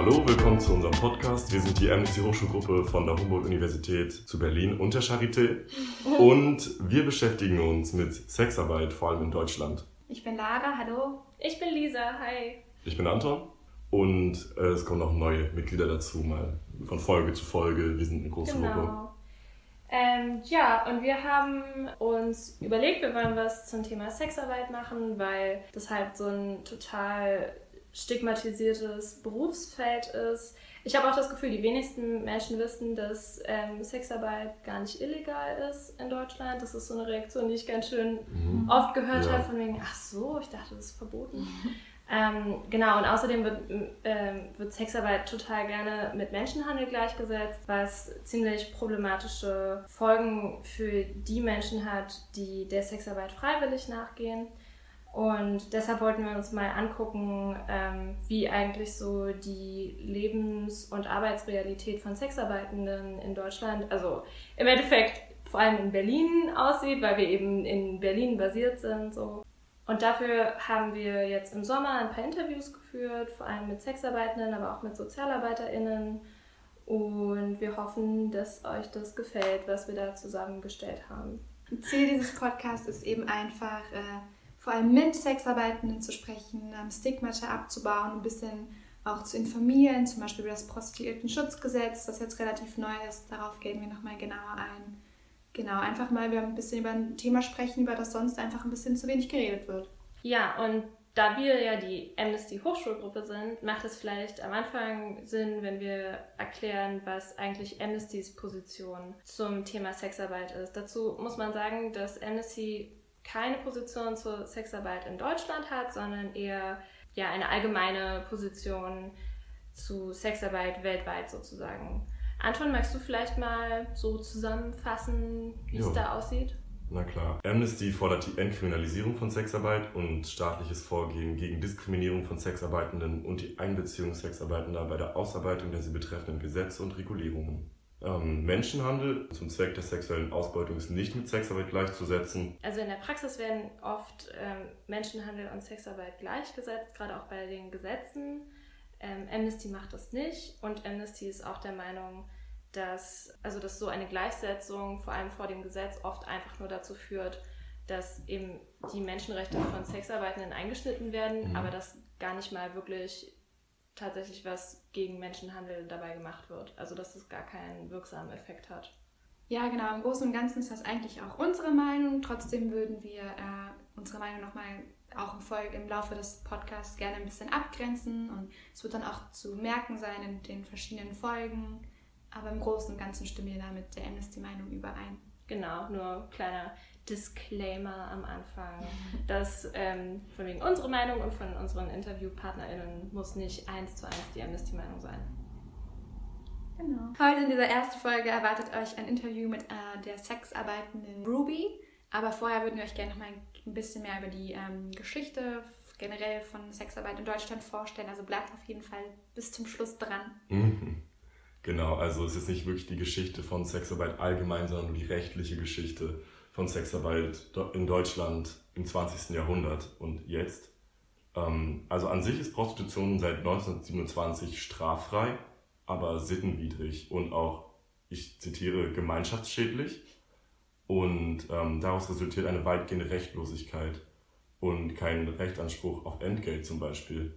Hallo, willkommen zu unserem Podcast. Wir sind die Amnesty Hochschulgruppe von der Humboldt-Universität zu Berlin und der Charité. Und wir beschäftigen uns mit Sexarbeit, vor allem in Deutschland. Ich bin Lara, hallo. Ich bin Lisa, hi. Ich bin Anton. Und es kommen noch neue Mitglieder dazu, mal von Folge zu Folge. Wir sind eine große Gruppe. Und wir haben uns überlegt, wir wollen was zum Thema Sexarbeit machen, weil das halt so ein total stigmatisiertes Berufsfeld ist. Ich habe auch das Gefühl, die wenigsten Menschen wissen, dass Sexarbeit gar nicht illegal ist in Deutschland. Das ist so eine Reaktion, die ich ganz schön oft gehört habe, von wegen, ach so, ich dachte, das ist verboten. Und außerdem wird Sexarbeit total gerne mit Menschenhandel gleichgesetzt, was ziemlich problematische Folgen für die Menschen hat, die der Sexarbeit freiwillig nachgehen. Und deshalb wollten wir uns mal angucken, wie eigentlich so die Lebens- und Arbeitsrealität von Sexarbeitenden in Deutschland, also im Endeffekt vor allem in Berlin aussieht, weil wir eben in Berlin basiert sind. So. Und dafür haben wir jetzt im Sommer ein paar Interviews geführt, vor allem mit Sexarbeitenden, aber auch mit SozialarbeiterInnen. Und wir hoffen, dass euch das gefällt, was wir da zusammengestellt haben. Ziel dieses Podcasts ist eben einfach, vor allem mit Sexarbeitenden zu sprechen, Stigmata abzubauen, ein bisschen auch zu informieren, zum Beispiel über das Prostituiertenschutzgesetz, das jetzt relativ neu ist. Darauf gehen wir nochmal genauer ein. Genau, einfach mal wir ein bisschen über ein Thema sprechen, über das sonst einfach ein bisschen zu wenig geredet wird. Ja, und da wir ja die Amnesty Hochschulgruppe sind, macht es vielleicht am Anfang Sinn, wenn wir erklären, was eigentlich Amnestys Position zum Thema Sexarbeit ist. Dazu muss man sagen, dass Amnesty keine Position zur Sexarbeit in Deutschland hat, sondern eher eine allgemeine Position zu Sexarbeit weltweit sozusagen. Anton, magst du vielleicht mal so zusammenfassen, wie es da aussieht? Na klar. Amnesty fordert die Entkriminalisierung von Sexarbeit und staatliches Vorgehen gegen Diskriminierung von Sexarbeitenden und die Einbeziehung Sexarbeitender bei der Ausarbeitung der sie betreffenden Gesetze und Regulierungen. Menschenhandel zum Zweck der sexuellen Ausbeutung ist nicht mit Sexarbeit gleichzusetzen. Also in der Praxis werden oft Menschenhandel und Sexarbeit gleichgesetzt, gerade auch bei den Gesetzen. Amnesty macht das nicht und Amnesty ist auch der Meinung, dass so eine Gleichsetzung, vor allem vor dem Gesetz, oft einfach nur dazu führt, dass eben die Menschenrechte von Sexarbeitenden eingeschnitten werden, aber dass gar nicht mal wirklich tatsächlich was gegen Menschenhandel dabei gemacht wird. Also dass es gar keinen wirksamen Effekt hat. Ja, genau. Im Großen und Ganzen ist das eigentlich auch unsere Meinung. Trotzdem würden wir unsere Meinung nochmal auch im Laufe des Podcasts gerne ein bisschen abgrenzen. Und es wird dann auch zu merken sein in den verschiedenen Folgen. Aber im Großen und Ganzen stimmen wir da mit der Amnesty-Meinung überein. Genau, nur kleiner Disclaimer am Anfang, dass von wegen unserer Meinung und von unseren InterviewpartnerInnen muss nicht 1:1 die Amnesty-Meinung sein. Genau. Heute in dieser ersten Folge erwartet euch ein Interview mit der sexarbeitenden Ruby. Aber vorher würden wir euch gerne noch mal ein bisschen mehr über die Geschichte generell von Sexarbeit in Deutschland vorstellen. Also bleibt auf jeden Fall bis zum Schluss dran. Genau, also es ist nicht wirklich die Geschichte von Sexarbeit allgemein, sondern nur die rechtliche Geschichte von Sexarbeit in Deutschland im 20. Jahrhundert und jetzt. Also an sich ist Prostitution seit 1927 straffrei, aber sittenwidrig und auch, ich zitiere, gemeinschaftsschädlich. Und daraus resultiert eine weitgehende Rechtlosigkeit und kein Rechtsanspruch auf Entgelt zum Beispiel.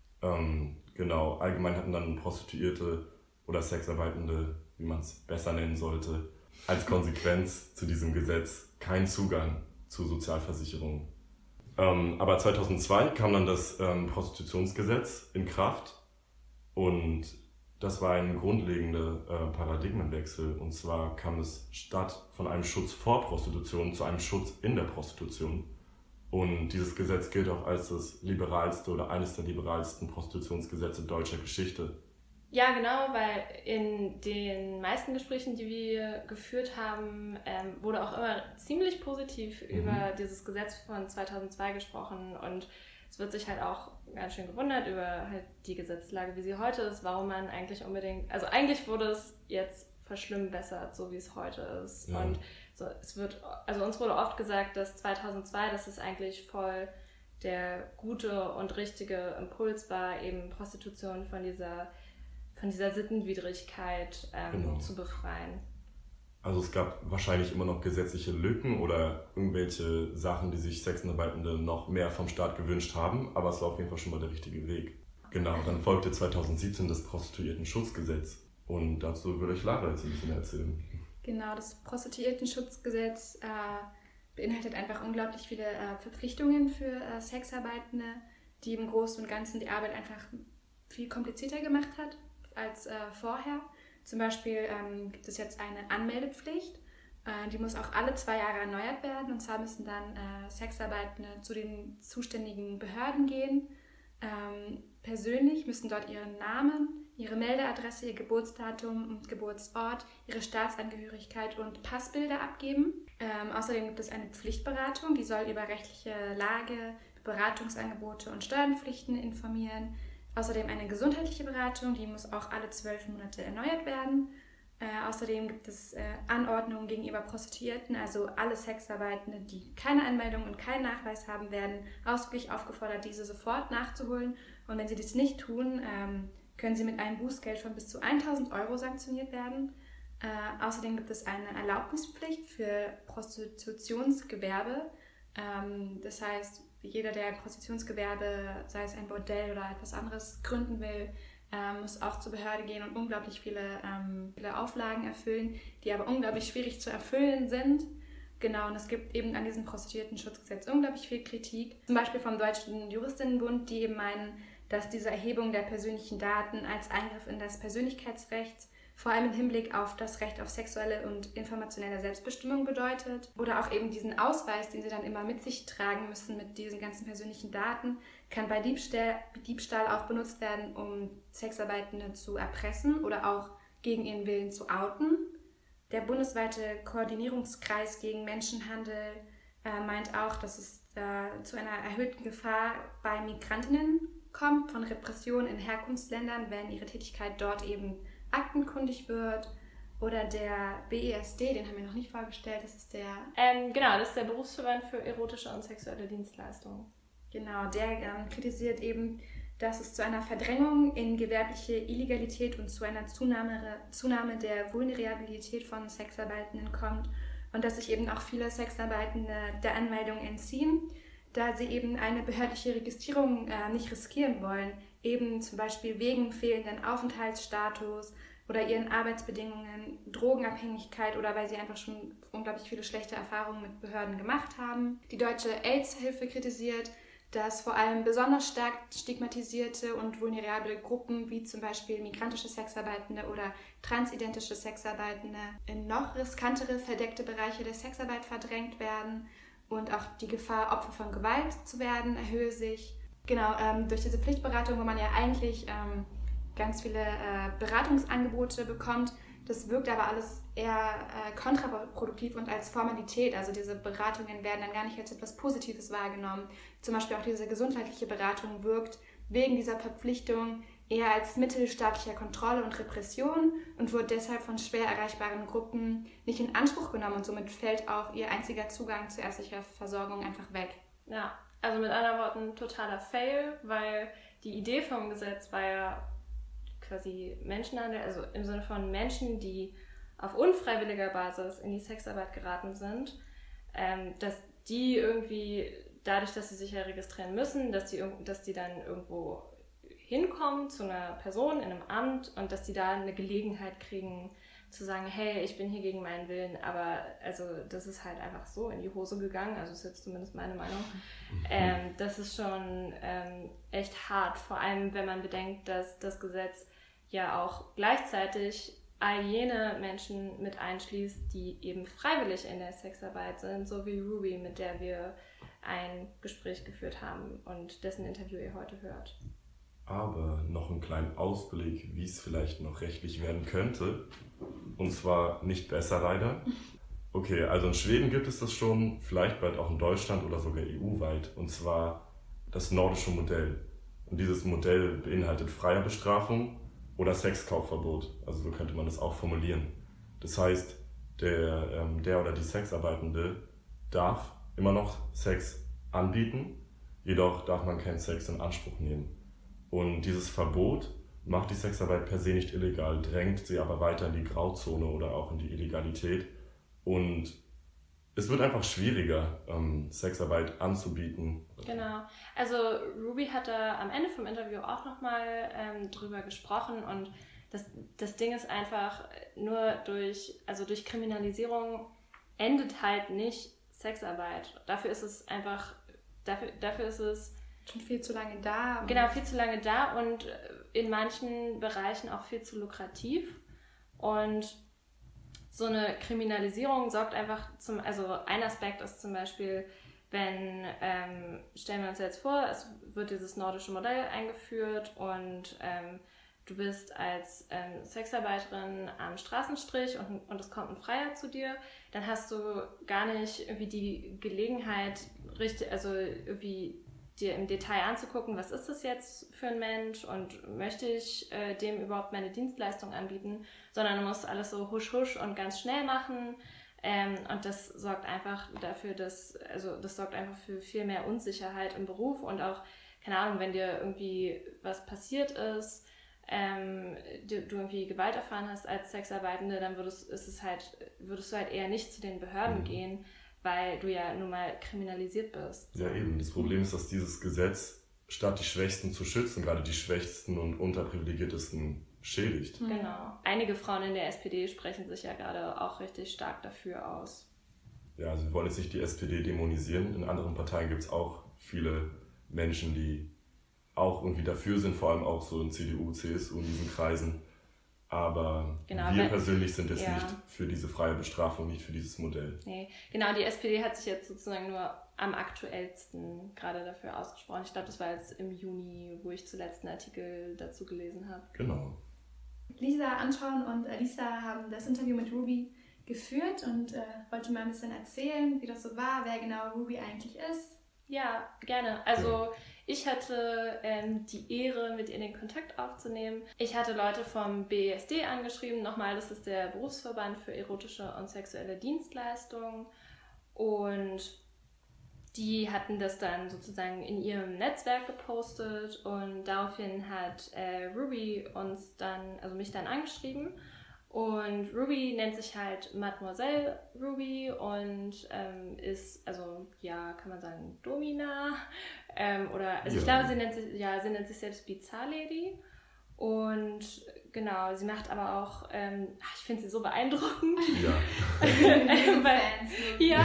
Allgemein hatten dann Prostituierte oder Sexarbeitende, wie man es besser nennen sollte, als Konsequenz zu diesem Gesetz keinen Zugang zu Sozialversicherungen. Aber 2002 kam dann das Prostitutionsgesetz in Kraft und das war ein grundlegender Paradigmenwechsel. Und zwar kam es statt von einem Schutz vor Prostitution zu einem Schutz in der Prostitution. Und dieses Gesetz gilt auch als das liberalste oder eines der liberalsten Prostitutionsgesetze deutscher Geschichte. Ja, genau, weil in den meisten Gesprächen, die wir geführt haben, wurde auch immer ziemlich positiv über dieses Gesetz von 2002 gesprochen und es wird sich halt auch ganz schön gewundert über halt die Gesetzlage, wie sie heute ist, warum man eigentlich unbedingt, also eigentlich wurde es jetzt verschlimmbessert, so wie es heute ist. Ja. Und so, uns wurde oft gesagt, dass 2002, dass es eigentlich voll der gute und richtige Impuls war, eben Prostitution von dieser dieser Sittenwidrigkeit zu befreien. Also es gab wahrscheinlich immer noch gesetzliche Lücken oder irgendwelche Sachen, die sich Sexarbeitende noch mehr vom Staat gewünscht haben, aber es war auf jeden Fall schon mal der richtige Weg. Genau, dann folgte 2017 das Prostituiertenschutzgesetz und dazu würde ich Lara jetzt ein bisschen erzählen. Genau, das Prostituiertenschutzgesetz beinhaltet einfach unglaublich viele Verpflichtungen für Sexarbeitende, die im Großen und Ganzen die Arbeit einfach viel komplizierter gemacht hat als vorher. Zum Beispiel gibt es jetzt eine Anmeldepflicht, die muss auch alle 2 Jahre erneuert werden. Und zwar müssen dann Sexarbeitende zu den zuständigen Behörden gehen. Persönlich müssen dort ihren Namen, ihre Meldeadresse, ihr Geburtsdatum und Geburtsort, ihre Staatsangehörigkeit und Passbilder abgeben. Außerdem gibt es eine Pflichtberatung, die soll über rechtliche Lage, Beratungsangebote und Steuerpflichten informieren. Außerdem eine gesundheitliche Beratung, die muss auch alle 12 Monate erneuert werden. Außerdem gibt es Anordnungen gegenüber Prostituierten, also alle Sexarbeitende, die keine Anmeldung und keinen Nachweis haben, werden ausdrücklich aufgefordert, diese sofort nachzuholen. Und wenn sie dies nicht tun, können sie mit einem Bußgeld von bis zu 1.000 € sanktioniert werden. Außerdem gibt es eine Erlaubnispflicht für Prostitutionsgewerbe. Das heißt, jeder, der ein Prostitutionsgewerbe, sei es ein Bordell oder etwas anderes, gründen will, muss auch zur Behörde gehen und unglaublich viele Auflagen erfüllen, die aber unglaublich schwierig zu erfüllen sind. Genau, und es gibt eben an diesem Prostituiertenschutzgesetz unglaublich viel Kritik. Zum Beispiel vom Deutschen Juristinnenbund, die eben meinen, dass diese Erhebung der persönlichen Daten als Eingriff in das Persönlichkeitsrecht vor allem im Hinblick auf das Recht auf sexuelle und informationelle Selbstbestimmung bedeutet. Oder auch eben diesen Ausweis, den sie dann immer mit sich tragen müssen mit diesen ganzen persönlichen Daten, kann bei Diebstahl auch benutzt werden, um Sexarbeitende zu erpressen oder auch gegen ihren Willen zu outen. Der bundesweite Koordinierungskreis gegen Menschenhandel meint auch, dass es zu einer erhöhten Gefahr bei Migrantinnen kommt von Repressionen in Herkunftsländern, wenn ihre Tätigkeit dort eben aktenkundig wird. Oder der BESD, den haben wir noch nicht vorgestellt, das ist der... Genau, das ist der Berufsverband für erotische und sexuelle Dienstleistungen. Genau, der kritisiert eben, dass es zu einer Verdrängung in gewerbliche Illegalität und zu einer Zunahme der Vulnerabilität von Sexarbeitenden kommt und dass sich eben auch viele Sexarbeitende der Anmeldung entziehen, da sie eben eine behördliche Registrierung nicht riskieren wollen, eben zum Beispiel wegen fehlenden Aufenthaltsstatus oder ihren Arbeitsbedingungen, Drogenabhängigkeit oder weil sie einfach schon unglaublich viele schlechte Erfahrungen mit Behörden gemacht haben. Die Deutsche AIDS-Hilfe kritisiert, dass vor allem besonders stark stigmatisierte und vulnerable Gruppen wie zum Beispiel migrantische Sexarbeitende oder transidentische Sexarbeitende in noch riskantere verdeckte Bereiche der Sexarbeit verdrängt werden und auch die Gefahr, Opfer von Gewalt zu werden, erhöhe sich. Genau, durch diese Pflichtberatung, wo man ja eigentlich ganz viele Beratungsangebote bekommt, das wirkt aber alles eher kontraproduktiv und als Formalität. Also diese Beratungen werden dann gar nicht als etwas Positives wahrgenommen. Zum Beispiel auch diese gesundheitliche Beratung wirkt wegen dieser Verpflichtung eher als Mittel staatlicher Kontrolle und Repression und wird deshalb von schwer erreichbaren Gruppen nicht in Anspruch genommen und somit fällt auch ihr einziger Zugang zu ärztlicher Versorgung einfach weg. Ja, also mit anderen Worten totaler Fail, weil die Idee vom Gesetz war ja quasi Menschenhandel, also im Sinne von Menschen, die auf unfreiwilliger Basis in die Sexarbeit geraten sind, dass die irgendwie, dadurch, dass sie sich ja registrieren müssen, dass die dann irgendwo hinkommen zu einer Person in einem Amt und dass die da eine Gelegenheit kriegen zu sagen, hey, ich bin hier gegen meinen Willen, aber also das ist halt einfach so in die Hose gegangen, also ist jetzt zumindest meine Meinung. Das ist schon echt hart, vor allem wenn man bedenkt, dass das Gesetz ja auch gleichzeitig all jene Menschen mit einschließt, die eben freiwillig in der Sexarbeit sind, so wie Ruby, mit der wir ein Gespräch geführt haben und dessen Interview ihr heute hört. Aber noch einen kleinen Ausblick, wie es vielleicht noch rechtlich werden könnte. Und zwar nicht besser leider. Okay, also in Schweden gibt es das schon, vielleicht bald auch in Deutschland oder sogar EU-weit. Und zwar das nordische Modell. Und dieses Modell beinhaltet freie Bestrafung oder Sexkaufverbot. Also so könnte man das auch formulieren. Das heißt, der oder die Sexarbeitende darf immer noch Sex anbieten, jedoch darf man keinen Sex in Anspruch nehmen. Und dieses Verbot macht die Sexarbeit per se nicht illegal, drängt sie aber weiter in die Grauzone oder auch in die Illegalität. Und es wird einfach schwieriger, Sexarbeit anzubieten. Genau. Also Ruby hat da am Ende vom Interview auch nochmal drüber gesprochen und das Ding ist einfach, nur durch Kriminalisierung endet halt nicht Sexarbeit. Dafür ist es einfach, dafür ist es schon viel zu lange da. Genau, viel zu lange da und in manchen Bereichen auch viel zu lukrativ. Und so eine Kriminalisierung sorgt einfach also ein Aspekt ist zum Beispiel, wenn, stellen wir uns jetzt vor, es wird dieses nordische Modell eingeführt und du bist als Sexarbeiterin am Straßenstrich und es kommt ein Freier zu dir, dann hast du gar nicht irgendwie die Gelegenheit, also irgendwie dir im Detail anzugucken, was ist das jetzt für ein Mensch und möchte ich dem überhaupt meine Dienstleistung anbieten, sondern du musst alles so husch husch und ganz schnell machen und das sorgt einfach dafür, das sorgt einfach für viel mehr Unsicherheit im Beruf und auch, keine Ahnung, wenn dir irgendwie was passiert ist, du irgendwie Gewalt erfahren hast als Sexarbeitende, dann würdest du halt eher nicht zu den Behörden gehen, weil du ja nun mal kriminalisiert bist. Ja, eben. Das Problem ist, dass dieses Gesetz, statt die Schwächsten zu schützen, gerade die Schwächsten und Unterprivilegiertesten schädigt. Genau. Einige Frauen in der SPD sprechen sich ja gerade auch richtig stark dafür aus. Ja, also wir wollen jetzt nicht die SPD dämonisieren. In anderen Parteien gibt es auch viele Menschen, die auch irgendwie dafür sind, vor allem auch so in CDU, CSU, in diesen Kreisen. Aber genau, wir persönlich sind jetzt nicht für diese freie Bestrafung, nicht für dieses Modell. Nee, genau, die SPD hat sich jetzt sozusagen nur am aktuellsten gerade dafür ausgesprochen. Ich glaube, das war jetzt im Juni, wo ich zuletzt einen Artikel dazu gelesen habe. Genau. Lisa Anton und Alisa haben das Interview mit Ruby geführt und wollte mal ein bisschen erzählen, wie das so war, wer genau Ruby eigentlich ist. Ja, gerne. Also ich hatte die Ehre, mit ihr den Kontakt aufzunehmen. Ich hatte Leute vom BESD angeschrieben. Nochmal, das ist der Berufsverband für erotische und sexuelle Dienstleistungen. Und die hatten das dann sozusagen in ihrem Netzwerk gepostet. Und daraufhin hat Ruby mich dann angeschrieben. Und Ruby nennt sich halt Mademoiselle Ruby und ist, also ja, kann man sagen, Domina. Ich glaube, sie nennt sich selbst Bizarre-Lady. Und genau, sie macht aber auch, ich finde sie so beeindruckend. Ja.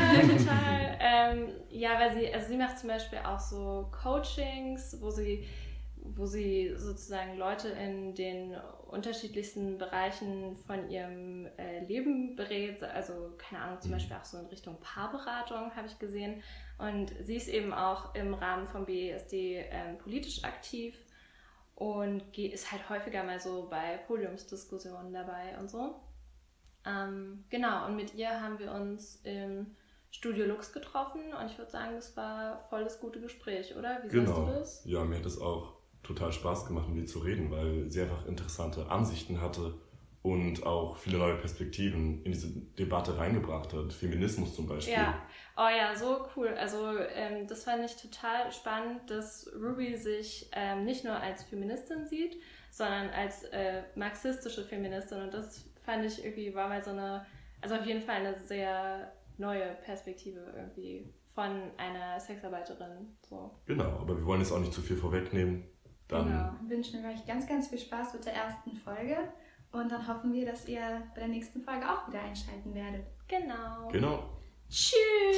Weil sie macht zum Beispiel auch so Coachings, wo sie sozusagen Leute in den unterschiedlichsten Bereichen von ihrem Leben berät. Also, keine Ahnung, zum Beispiel auch so in Richtung Paarberatung habe ich gesehen. Und sie ist eben auch im Rahmen vom BESD politisch aktiv und ist halt häufiger mal so bei Podiumsdiskussionen dabei und so. Genau, und mit ihr haben wir uns im Studio Lux getroffen und ich würde sagen, das war voll das gute Gespräch, oder? Wie siehst du das? Ja, mir hat das auch total Spaß gemacht, mit ihr zu reden, weil sie einfach interessante Ansichten hatte und auch viele neue Perspektiven in diese Debatte reingebracht hat. Feminismus zum Beispiel. Ja, oh ja, so cool. Also das fand ich total spannend, dass Ruby sich nicht nur als Feministin sieht, sondern als marxistische Feministin und das fand ich irgendwie, war mal also auf jeden Fall eine sehr neue Perspektive irgendwie von einer Sexarbeiterin. So. Genau, aber wir wollen jetzt auch nicht zu viel vorwegnehmen. Dann Wir wünschen euch ganz, ganz viel Spaß mit der ersten Folge und dann hoffen wir, dass ihr bei der nächsten Folge auch wieder einschalten werdet. Genau. Tschüss!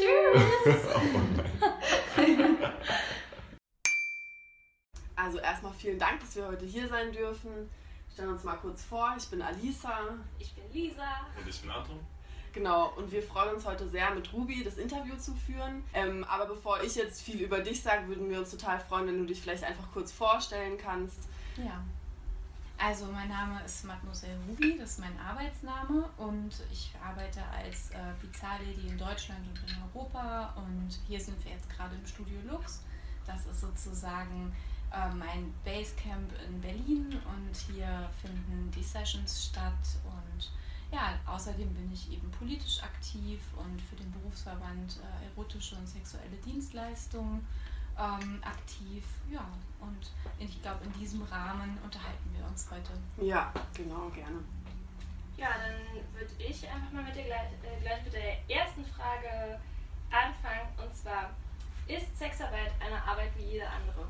Also erstmal vielen Dank, dass wir heute hier sein dürfen. Wir stellen uns mal kurz vor. Ich bin Alisa. Ich bin Lisa. Und ich bin Anton. Genau, und wir freuen uns heute sehr, mit Ruby das Interview zu führen. Aber bevor ich jetzt viel über dich sage, würden wir uns total freuen, wenn du dich vielleicht einfach kurz vorstellen kannst. Ja, also mein Name ist Mademoiselle Ruby, das ist mein Arbeitsname und ich arbeite als Bizarre-Lady in Deutschland und in Europa und hier sind wir jetzt gerade im Studio Lux. Das ist sozusagen mein Basecamp in Berlin und hier finden die Sessions statt und ja, außerdem bin ich eben politisch aktiv und für den Berufsverband erotische und sexuelle Dienstleistungen aktiv. Ja, und ich glaube, in diesem Rahmen unterhalten wir uns heute. Ja, genau, gerne. Ja, dann würde ich einfach mal gleich mit der ersten Frage anfangen. Und zwar, ist Sexarbeit eine Arbeit wie jede andere?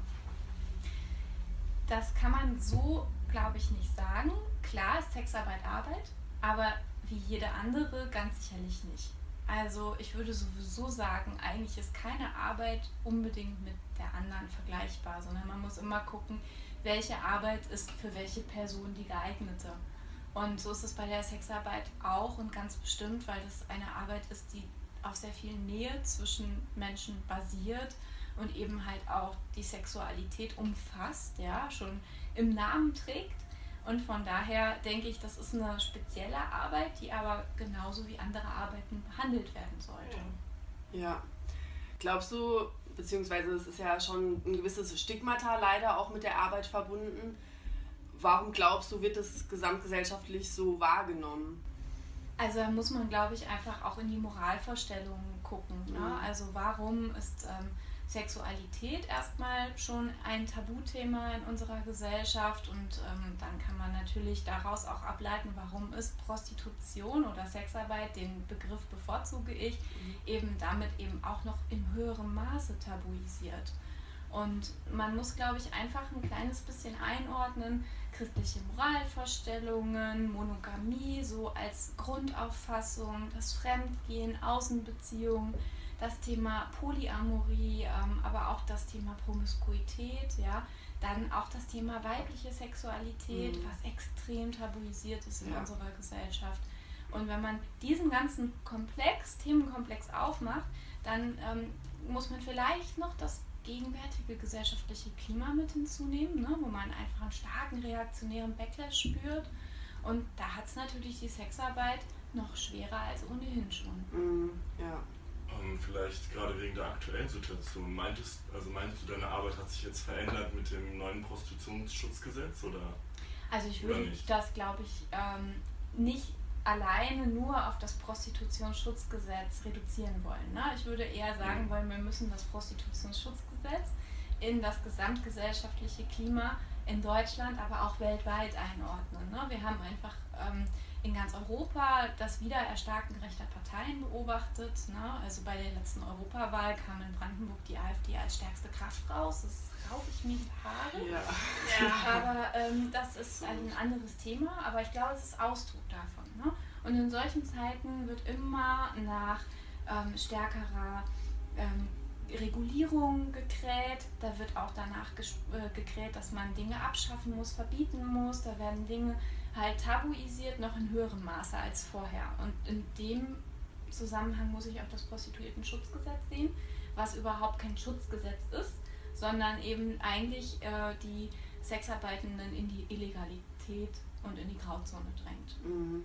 Das kann man so, glaube ich, nicht sagen. Klar ist Sexarbeit Arbeit, aber wie jede andere ganz sicherlich nicht. Also ich würde sowieso sagen, eigentlich ist keine Arbeit unbedingt mit der anderen vergleichbar, sondern man muss immer gucken, welche Arbeit ist für welche Person die geeignete. Und so ist es bei der Sexarbeit auch und ganz bestimmt, weil das eine Arbeit ist, die auf sehr viel Nähe zwischen Menschen basiert und eben halt auch die Sexualität umfasst, ja, schon im Namen trägt. Und von daher denke ich, das ist eine spezielle Arbeit, die aber genauso wie andere Arbeiten behandelt werden sollte. Ja. Glaubst du, beziehungsweise es ist ja schon ein gewisses Stigmata leider auch mit der Arbeit verbunden, warum glaubst du, wird es gesamtgesellschaftlich so wahrgenommen? Also da muss man, glaube ich, einfach auch in die Moralvorstellungen gucken. Ne? Also warum ist Sexualität erstmal schon ein Tabuthema in unserer Gesellschaft und dann kann man natürlich daraus auch ableiten, warum ist Prostitution oder Sexarbeit, den Begriff bevorzuge ich, eben damit eben auch noch in höherem Maße tabuisiert. Und man muss, glaube ich, einfach ein kleines bisschen einordnen, christliche Moralvorstellungen, Monogamie so als Grundauffassung, das Fremdgehen, Außenbeziehungen, das Thema Polyamorie, aber auch das Thema Promiskuität, ja, dann auch das Thema weibliche Sexualität, was extrem tabuisiert ist in unserer Gesellschaft. Und wenn man diesen ganzen Themenkomplex aufmacht, dann muss man vielleicht noch das gegenwärtige gesellschaftliche Klima mit hinzunehmen, ne, wo man einfach einen starken reaktionären Backlash spürt. Und da hat es natürlich die Sexarbeit noch schwerer als ohnehin schon. Ja. Vielleicht gerade wegen der aktuellen Situation. Meinst du, deine Arbeit hat sich jetzt verändert mit dem neuen Prostitutionsschutzgesetz? Oder? Also ich würde das, glaube ich, nicht alleine nur auf das Prostitutionsschutzgesetz reduzieren wollen. Ne? Ich würde eher sagen wollen, wir müssen das Prostitutionsschutzgesetz in das gesamtgesellschaftliche Klima in Deutschland, aber auch weltweit einordnen. Ne? Wir haben einfach in ganz Europa das Wiedererstarken rechter Parteien beobachtet. Ne? Also bei der letzten Europawahl kam in Brandenburg die AfD als stärkste Kraft raus. Das raufe ich mir die Haare. Ja, aber das ist ein anderes Thema, aber ich glaube, es ist Ausdruck davon. Ne? Und in solchen Zeiten wird immer nach stärkerer Regulierung gekräht. Da wird auch danach gekräht, dass man Dinge abschaffen muss, verbieten muss. Da werden Dinge halt tabuisiert, noch in höherem Maße als vorher. Und in dem Zusammenhang muss ich auch das Prostituiertenschutzgesetz sehen, was überhaupt kein Schutzgesetz ist, sondern eben eigentlich die Sexarbeitenden in die Illegalität und in die Grauzone drängt.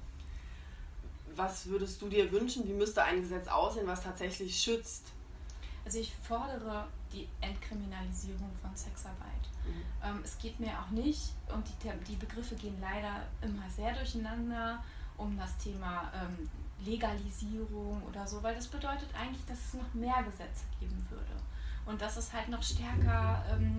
Was würdest du dir wünschen, wie müsste ein Gesetz aussehen, was tatsächlich schützt? Also ich fordere die Entkriminalisierung von Sexarbeit. Es geht mir auch nicht, und die Begriffe gehen leider immer sehr durcheinander, um das Thema Legalisierung oder so, weil das bedeutet eigentlich, dass es noch mehr Gesetze geben würde. Und dass es halt noch stärker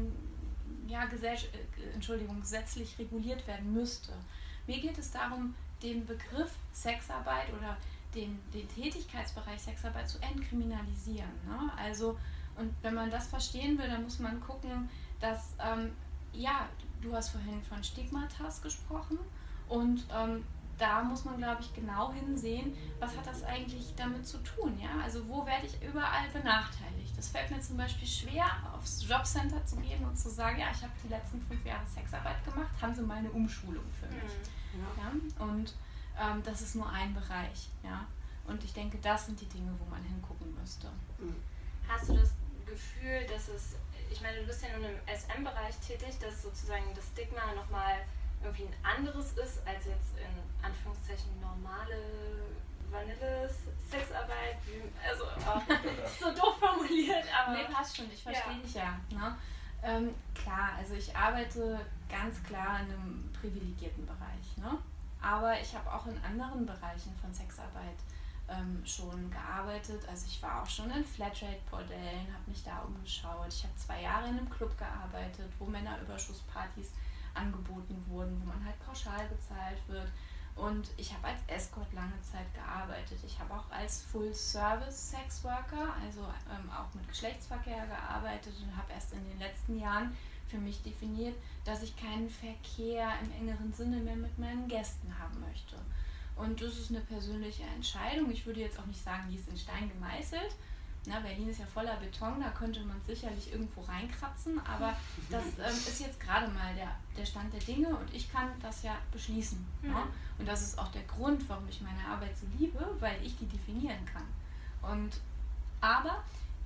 gesetzlich reguliert werden müsste. Mir geht es darum, den Begriff Sexarbeit oder den Tätigkeitsbereich Sexarbeit zu entkriminalisieren. Ne? Also, und wenn man das verstehen will, dann muss man gucken, dass, du hast vorhin von Stigmatas gesprochen und da muss man, glaube ich, genau hinsehen, was hat das eigentlich damit zu tun. Ja? Also wo werde ich überall benachteiligt? Das fällt mir zum Beispiel schwer, aufs Jobcenter zu gehen und zu sagen, ja, ich habe die letzten 5 Jahre Sexarbeit gemacht, haben Sie mal eine Umschulung für mich. Ja? Und das ist nur ein Bereich. Ja? Und ich denke, das sind die Dinge, wo man hingucken müsste. Hast du das Gefühl, dass es, ich meine, du bist ja nun im SM-Bereich tätig, dass sozusagen das Stigma nochmal irgendwie ein anderes ist, als jetzt in Anführungszeichen normale Vanille-Sexarbeit, also ist so doof formuliert, aber... Nee, passt schon, ich verstehe dich ja. Ne? Klar, also ich arbeite ganz klar in einem privilegierten Bereich, ne? Aber ich habe auch in anderen Bereichen von Sexarbeit schon gearbeitet. Also ich war auch schon in Flatrate-Bordellen, habe mich da umgeschaut. Ich habe 2 Jahre in einem Club gearbeitet, wo Männerüberschusspartys angeboten wurden, wo man halt pauschal bezahlt wird. Und ich habe als Escort lange Zeit gearbeitet. Ich habe auch als Full-Service-Sex-Worker, also auch mit Geschlechtsverkehr gearbeitet und habe erst in den letzten Jahren für mich definiert, dass ich keinen Verkehr im engeren Sinne mehr mit meinen Gästen haben möchte. Und das ist eine persönliche Entscheidung. Ich würde jetzt auch nicht sagen, die ist in Stein gemeißelt. Na, Berlin ist ja voller Beton, da könnte man sicherlich irgendwo reinkratzen, aber das ist jetzt gerade mal der Stand der Dinge und ich kann das ja beschließen. Ja? Und das ist auch der Grund, warum ich meine Arbeit so liebe, weil ich die definieren kann. Aber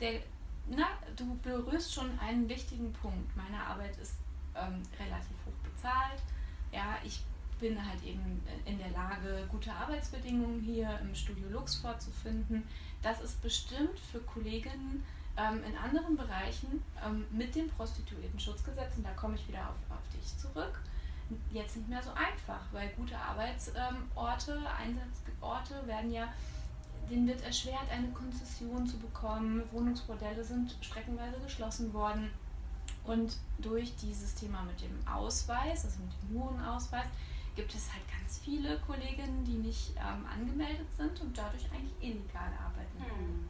du berührst schon einen wichtigen Punkt. Meine Arbeit ist relativ hoch bezahlt. Ja, ich bin halt eben in der Lage, gute Arbeitsbedingungen hier im Studio Lux vorzufinden. Das ist bestimmt für Kolleginnen in anderen Bereichen mit dem Prostituiertenschutzgesetz, und da komme ich wieder auf dich zurück, jetzt nicht mehr so einfach, weil gute Arbeitsorte, Einsatzorte denen wird erschwert, eine Konzession zu bekommen. Wohnungsbordelle sind streckenweise geschlossen worden. Und durch dieses Thema mit dem Ausweis, also mit dem Hurenausweis, gibt es halt ganz viele Kolleginnen, die nicht angemeldet sind und dadurch eigentlich illegal arbeiten.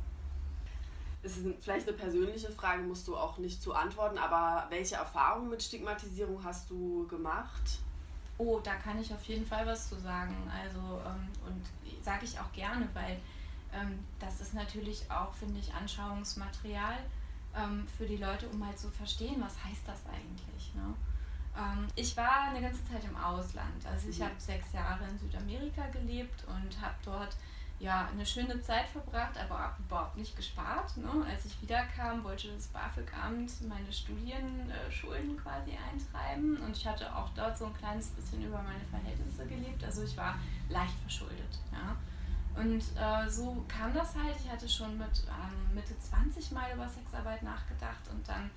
Das ist vielleicht eine persönliche Frage, musst du auch nicht zu antworten, aber welche Erfahrungen mit Stigmatisierung hast du gemacht? Oh, da kann ich auf jeden Fall was zu sagen. Also, und sage ich auch gerne, weil das ist natürlich auch, finde ich, Anschauungsmaterial für die Leute, um halt zu verstehen, was heißt das eigentlich. Ne? Ich war eine ganze Zeit im Ausland. Also ich habe 6 Jahre in Südamerika gelebt und habe dort eine schöne Zeit verbracht, aber überhaupt nicht gespart. Ne? Als ich wiederkam, wollte das BAföG-Amt meine Studienschulden quasi eintreiben und ich hatte auch dort so ein kleines bisschen über meine Verhältnisse gelebt. Also ich war leicht verschuldet. Ja? Und so kam das halt. Ich hatte schon mit Mitte 20 mal über Sexarbeit nachgedacht und dann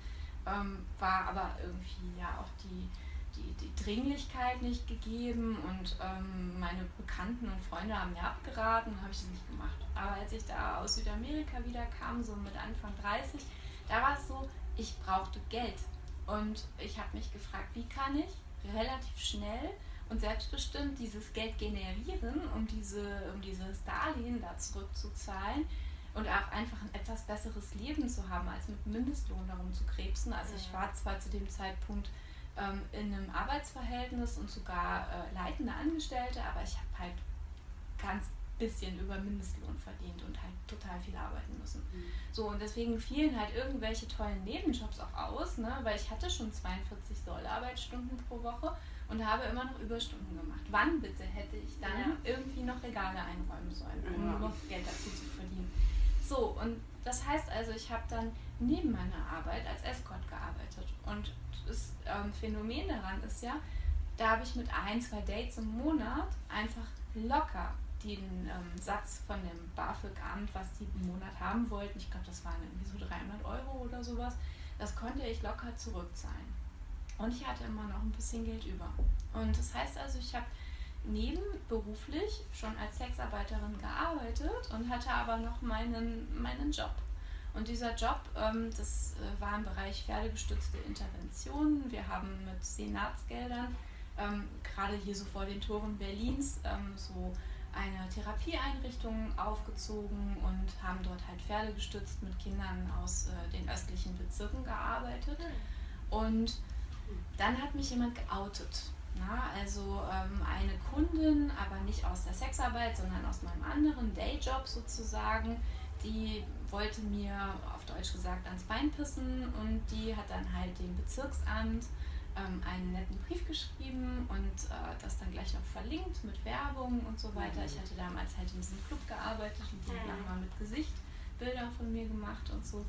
war aber irgendwie auch die Dringlichkeit nicht gegeben und meine Bekannten und Freunde haben mir abgeraten, habe ich es nicht gemacht. Aber als ich da aus Südamerika wieder kam, so mit Anfang 30, da war es so, ich brauchte Geld und ich habe mich gefragt, wie kann ich relativ schnell und selbstbestimmt dieses Geld generieren, um dieses Darlehen da zurückzuzahlen und auch einfach ein etwas besseres Leben zu haben, als mit Mindestlohn darum zu krebsen. Also ich war zwar zu dem Zeitpunkt in einem Arbeitsverhältnis und sogar leitende Angestellte, aber ich habe halt ganz bisschen über Mindestlohn verdient und halt total viel arbeiten müssen. So, und deswegen fielen halt irgendwelche tollen Nebenjobs auch aus, ne, weil ich hatte schon 42 Sollarbeitsstunden pro Woche und habe immer noch Überstunden gemacht. Wann bitte hätte ich dann irgendwie noch Regale einräumen sollen, um noch Geld dazu zu verdienen? So, und das heißt also, ich habe dann neben meiner Arbeit als Escort gearbeitet. Und das Phänomen daran ist ja, da habe ich mit 1-2 Dates im Monat einfach locker den Satz von dem BAföG-Amt, was die im Monat haben wollten, ich glaube, das waren irgendwie so 300 € oder sowas, das konnte ich locker zurückzahlen. Und ich hatte immer noch ein bisschen Geld über. Und das heißt also, ich habe nebenberuflich schon als Sexarbeiterin gearbeitet und hatte aber noch meinen Job. Und dieser Job, das war im Bereich pferdegestützte Interventionen. Wir haben mit Senatsgeldern, gerade hier so vor den Toren Berlins, so eine Therapieeinrichtung aufgezogen und haben dort halt pferdegestützt mit Kindern aus den östlichen Bezirken gearbeitet. Und dann hat mich jemand geoutet. Na, also eine Kundin, aber nicht aus der Sexarbeit, sondern aus meinem anderen Dayjob sozusagen, die wollte mir auf Deutsch gesagt ans Bein pissen und die hat dann halt dem Bezirksamt einen netten Brief geschrieben und das dann gleich noch verlinkt mit Werbung und so weiter. Ich hatte damals halt in diesem Club gearbeitet und die hat nochmal mit Gesicht Bilder von mir gemacht und so.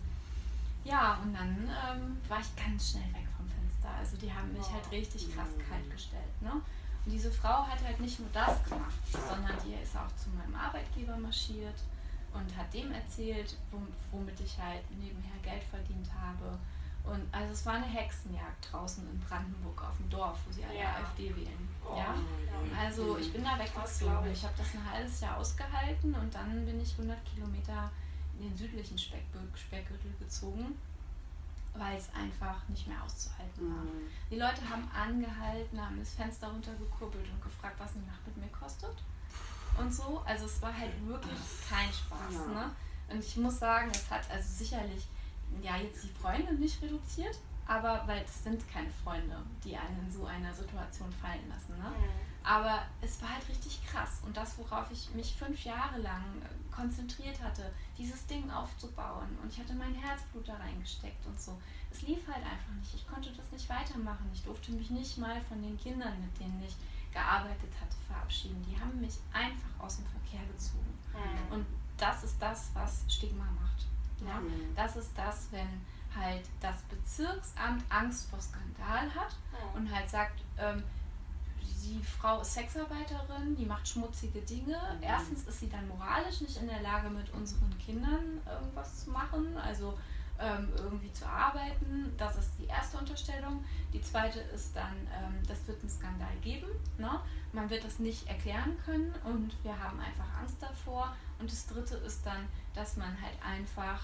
Ja, und dann war ich ganz schnell weg vom Fenster. Also die haben mich halt richtig krass kalt gestellt. Ne? Und diese Frau hat halt nicht nur das gemacht, sondern die ist auch zu meinem Arbeitgeber marschiert und hat dem erzählt, womit ich halt nebenher Geld verdient habe. Und also es war eine Hexenjagd draußen in Brandenburg auf dem Dorf, wo sie alle AfD wählen. Ja? Also ich bin da weggezogen. Ich habe das ein halbes Jahr ausgehalten und dann bin ich 100 Kilometer in den südlichen Speckgürtel gezogen, weil es einfach nicht mehr auszuhalten war. Die Leute haben angehalten, haben das Fenster runtergekurbelt und gefragt, was eine Nacht mit mir kostet und so. Also es war halt wirklich kein Spaß. Ne? Und ich muss sagen, es hat also sicherlich jetzt die Freunde nicht reduziert, aber weil es sind keine Freunde, die einen in so einer Situation fallen lassen. Ne? Aber es war halt richtig krass und das, worauf ich mich 5 Jahre lang konzentriert hatte, dieses Ding aufzubauen und ich hatte mein Herzblut da reingesteckt und so. Es lief halt einfach nicht. Ich konnte das nicht weitermachen. Ich durfte mich nicht mal von den Kindern, mit denen ich gearbeitet hatte, verabschieden. Die haben mich einfach aus dem Verkehr gezogen. Und das ist das, was Stigma macht. Ja? Das ist das, wenn halt das Bezirksamt Angst vor Skandal hat und halt sagt, die Frau ist Sexarbeiterin, die macht schmutzige Dinge. Erstens ist sie dann moralisch nicht in der Lage, mit unseren Kindern irgendwas zu machen, also irgendwie zu arbeiten. Das ist die erste Unterstellung. Die zweite ist dann, das wird einen Skandal geben. Ne? Man wird das nicht erklären können und wir haben einfach Angst davor. Und das dritte ist dann, dass man halt einfach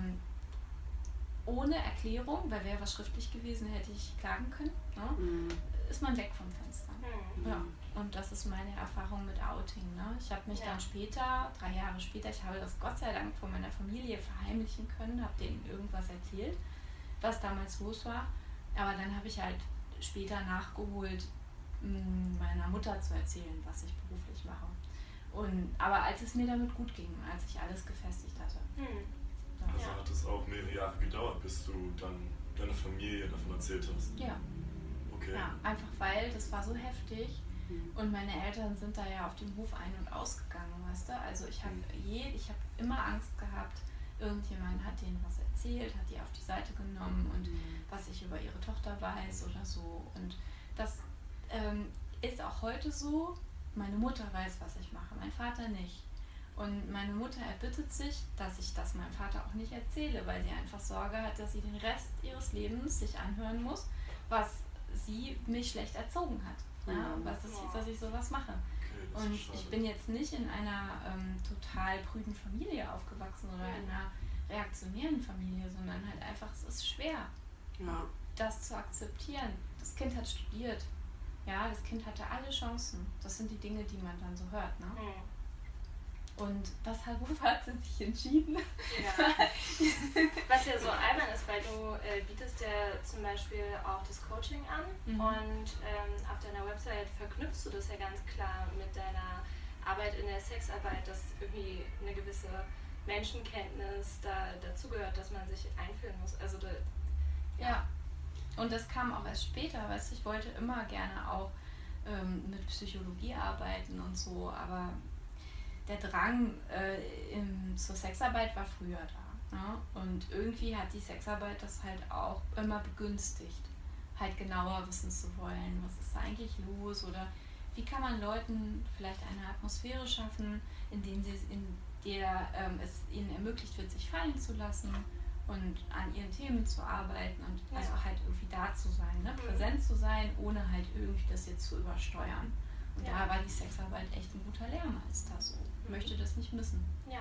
ohne Erklärung, weil wäre was schriftlich gewesen, hätte ich klagen können, ne? Ist man weg vom Fenster. Ja. Und das ist meine Erfahrung mit Outing. Ne? Ich habe mich dann später, 3 Jahre später, ich habe das Gott sei Dank von meiner Familie verheimlichen können, habe denen irgendwas erzählt, was damals los war. Aber dann habe ich halt später nachgeholt, meiner Mutter zu erzählen, was ich beruflich mache. Aber als es mir damit gut ging, als ich alles gefestigt hatte. Also hat es auch mehrere Jahre gedauert, bis du dann deiner Familie davon erzählt hast? Ja. Okay. Ja, einfach weil das war so heftig und meine Eltern sind da ja auf dem Hof ein- und ausgegangen, weißt du? Also ich habe immer Angst gehabt, irgendjemand hat denen was erzählt, hat die auf die Seite genommen und was ich über ihre Tochter weiß oder so. Und das ist auch heute so. Meine Mutter weiß, was ich mache, mein Vater nicht. Und meine Mutter erbittet sich, dass ich das meinem Vater auch nicht erzähle, weil sie einfach Sorge hat, dass sie den Rest ihres Lebens sich anhören muss, was sie mich schlecht erzogen hat. Ja, dass ich sowas mache. Okay, und ich bin jetzt nicht in einer total prüden Familie aufgewachsen oder in einer reaktionären Familie, sondern halt einfach, es ist schwer, das zu akzeptieren. Das Kind hat studiert. Ja, das Kind hatte alle Chancen. Das sind die Dinge, die man dann so hört. Ne? Und wofür hat sie sich entschieden? Ja. Was ja so albern ist, weil du bietest ja zum Beispiel auch das Coaching an und auf deiner Website verknüpfst du das ja ganz klar mit deiner Arbeit in der Sexarbeit, dass irgendwie eine gewisse Menschenkenntnis dazugehört, dass man sich einfühlen muss. Also ja. Und das kam auch erst später, weißt du, ich wollte immer gerne auch mit Psychologie arbeiten und so, aber der Drang zur Sexarbeit war früher da. Ne? Und irgendwie hat die Sexarbeit das halt auch immer begünstigt, halt genauer wissen zu wollen, was ist da eigentlich los oder wie kann man Leuten vielleicht eine Atmosphäre schaffen, in der es ihnen ermöglicht wird, sich fallen zu lassen und an ihren Themen zu arbeiten und also halt irgendwie da zu sein, ne? Präsent zu sein, ohne halt irgendwie das jetzt zu übersteuern. Und da war die Sexarbeit echt ein guter Lehrmeister so. Ich möchte das nicht missen. Ja.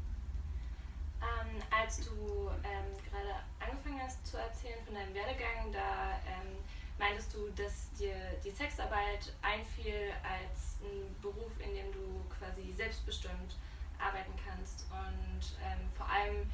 Als du gerade angefangen hast zu erzählen von deinem Werdegang, da meintest du, dass dir die Sexarbeit einfiel als ein Beruf, in dem du quasi selbstbestimmt arbeiten kannst und vor allem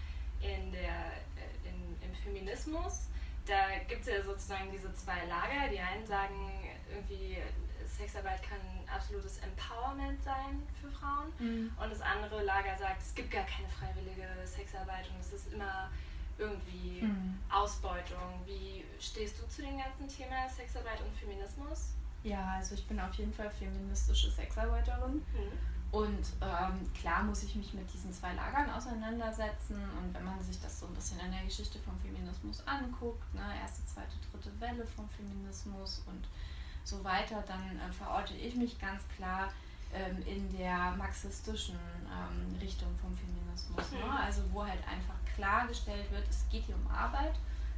im Feminismus, da gibt es ja sozusagen diese 2 Lager. Die einen sagen irgendwie, Sexarbeit kann absolutes Empowerment sein für Frauen und das andere Lager sagt, es gibt gar keine freiwillige Sexarbeit und es ist immer irgendwie Ausbeutung. Wie stehst du zu dem ganzen Thema Sexarbeit und Feminismus? Ja, also ich bin auf jeden Fall feministische Sexarbeiterin. Und klar muss ich mich mit diesen 2 Lagern auseinandersetzen und wenn man sich das so ein bisschen in der Geschichte vom Feminismus anguckt, ne, erste, zweite, dritte Welle vom Feminismus und so weiter, dann verorte ich mich ganz klar in der marxistischen Richtung vom Feminismus. Ne? Also wo halt einfach klargestellt wird, es geht hier um Arbeit,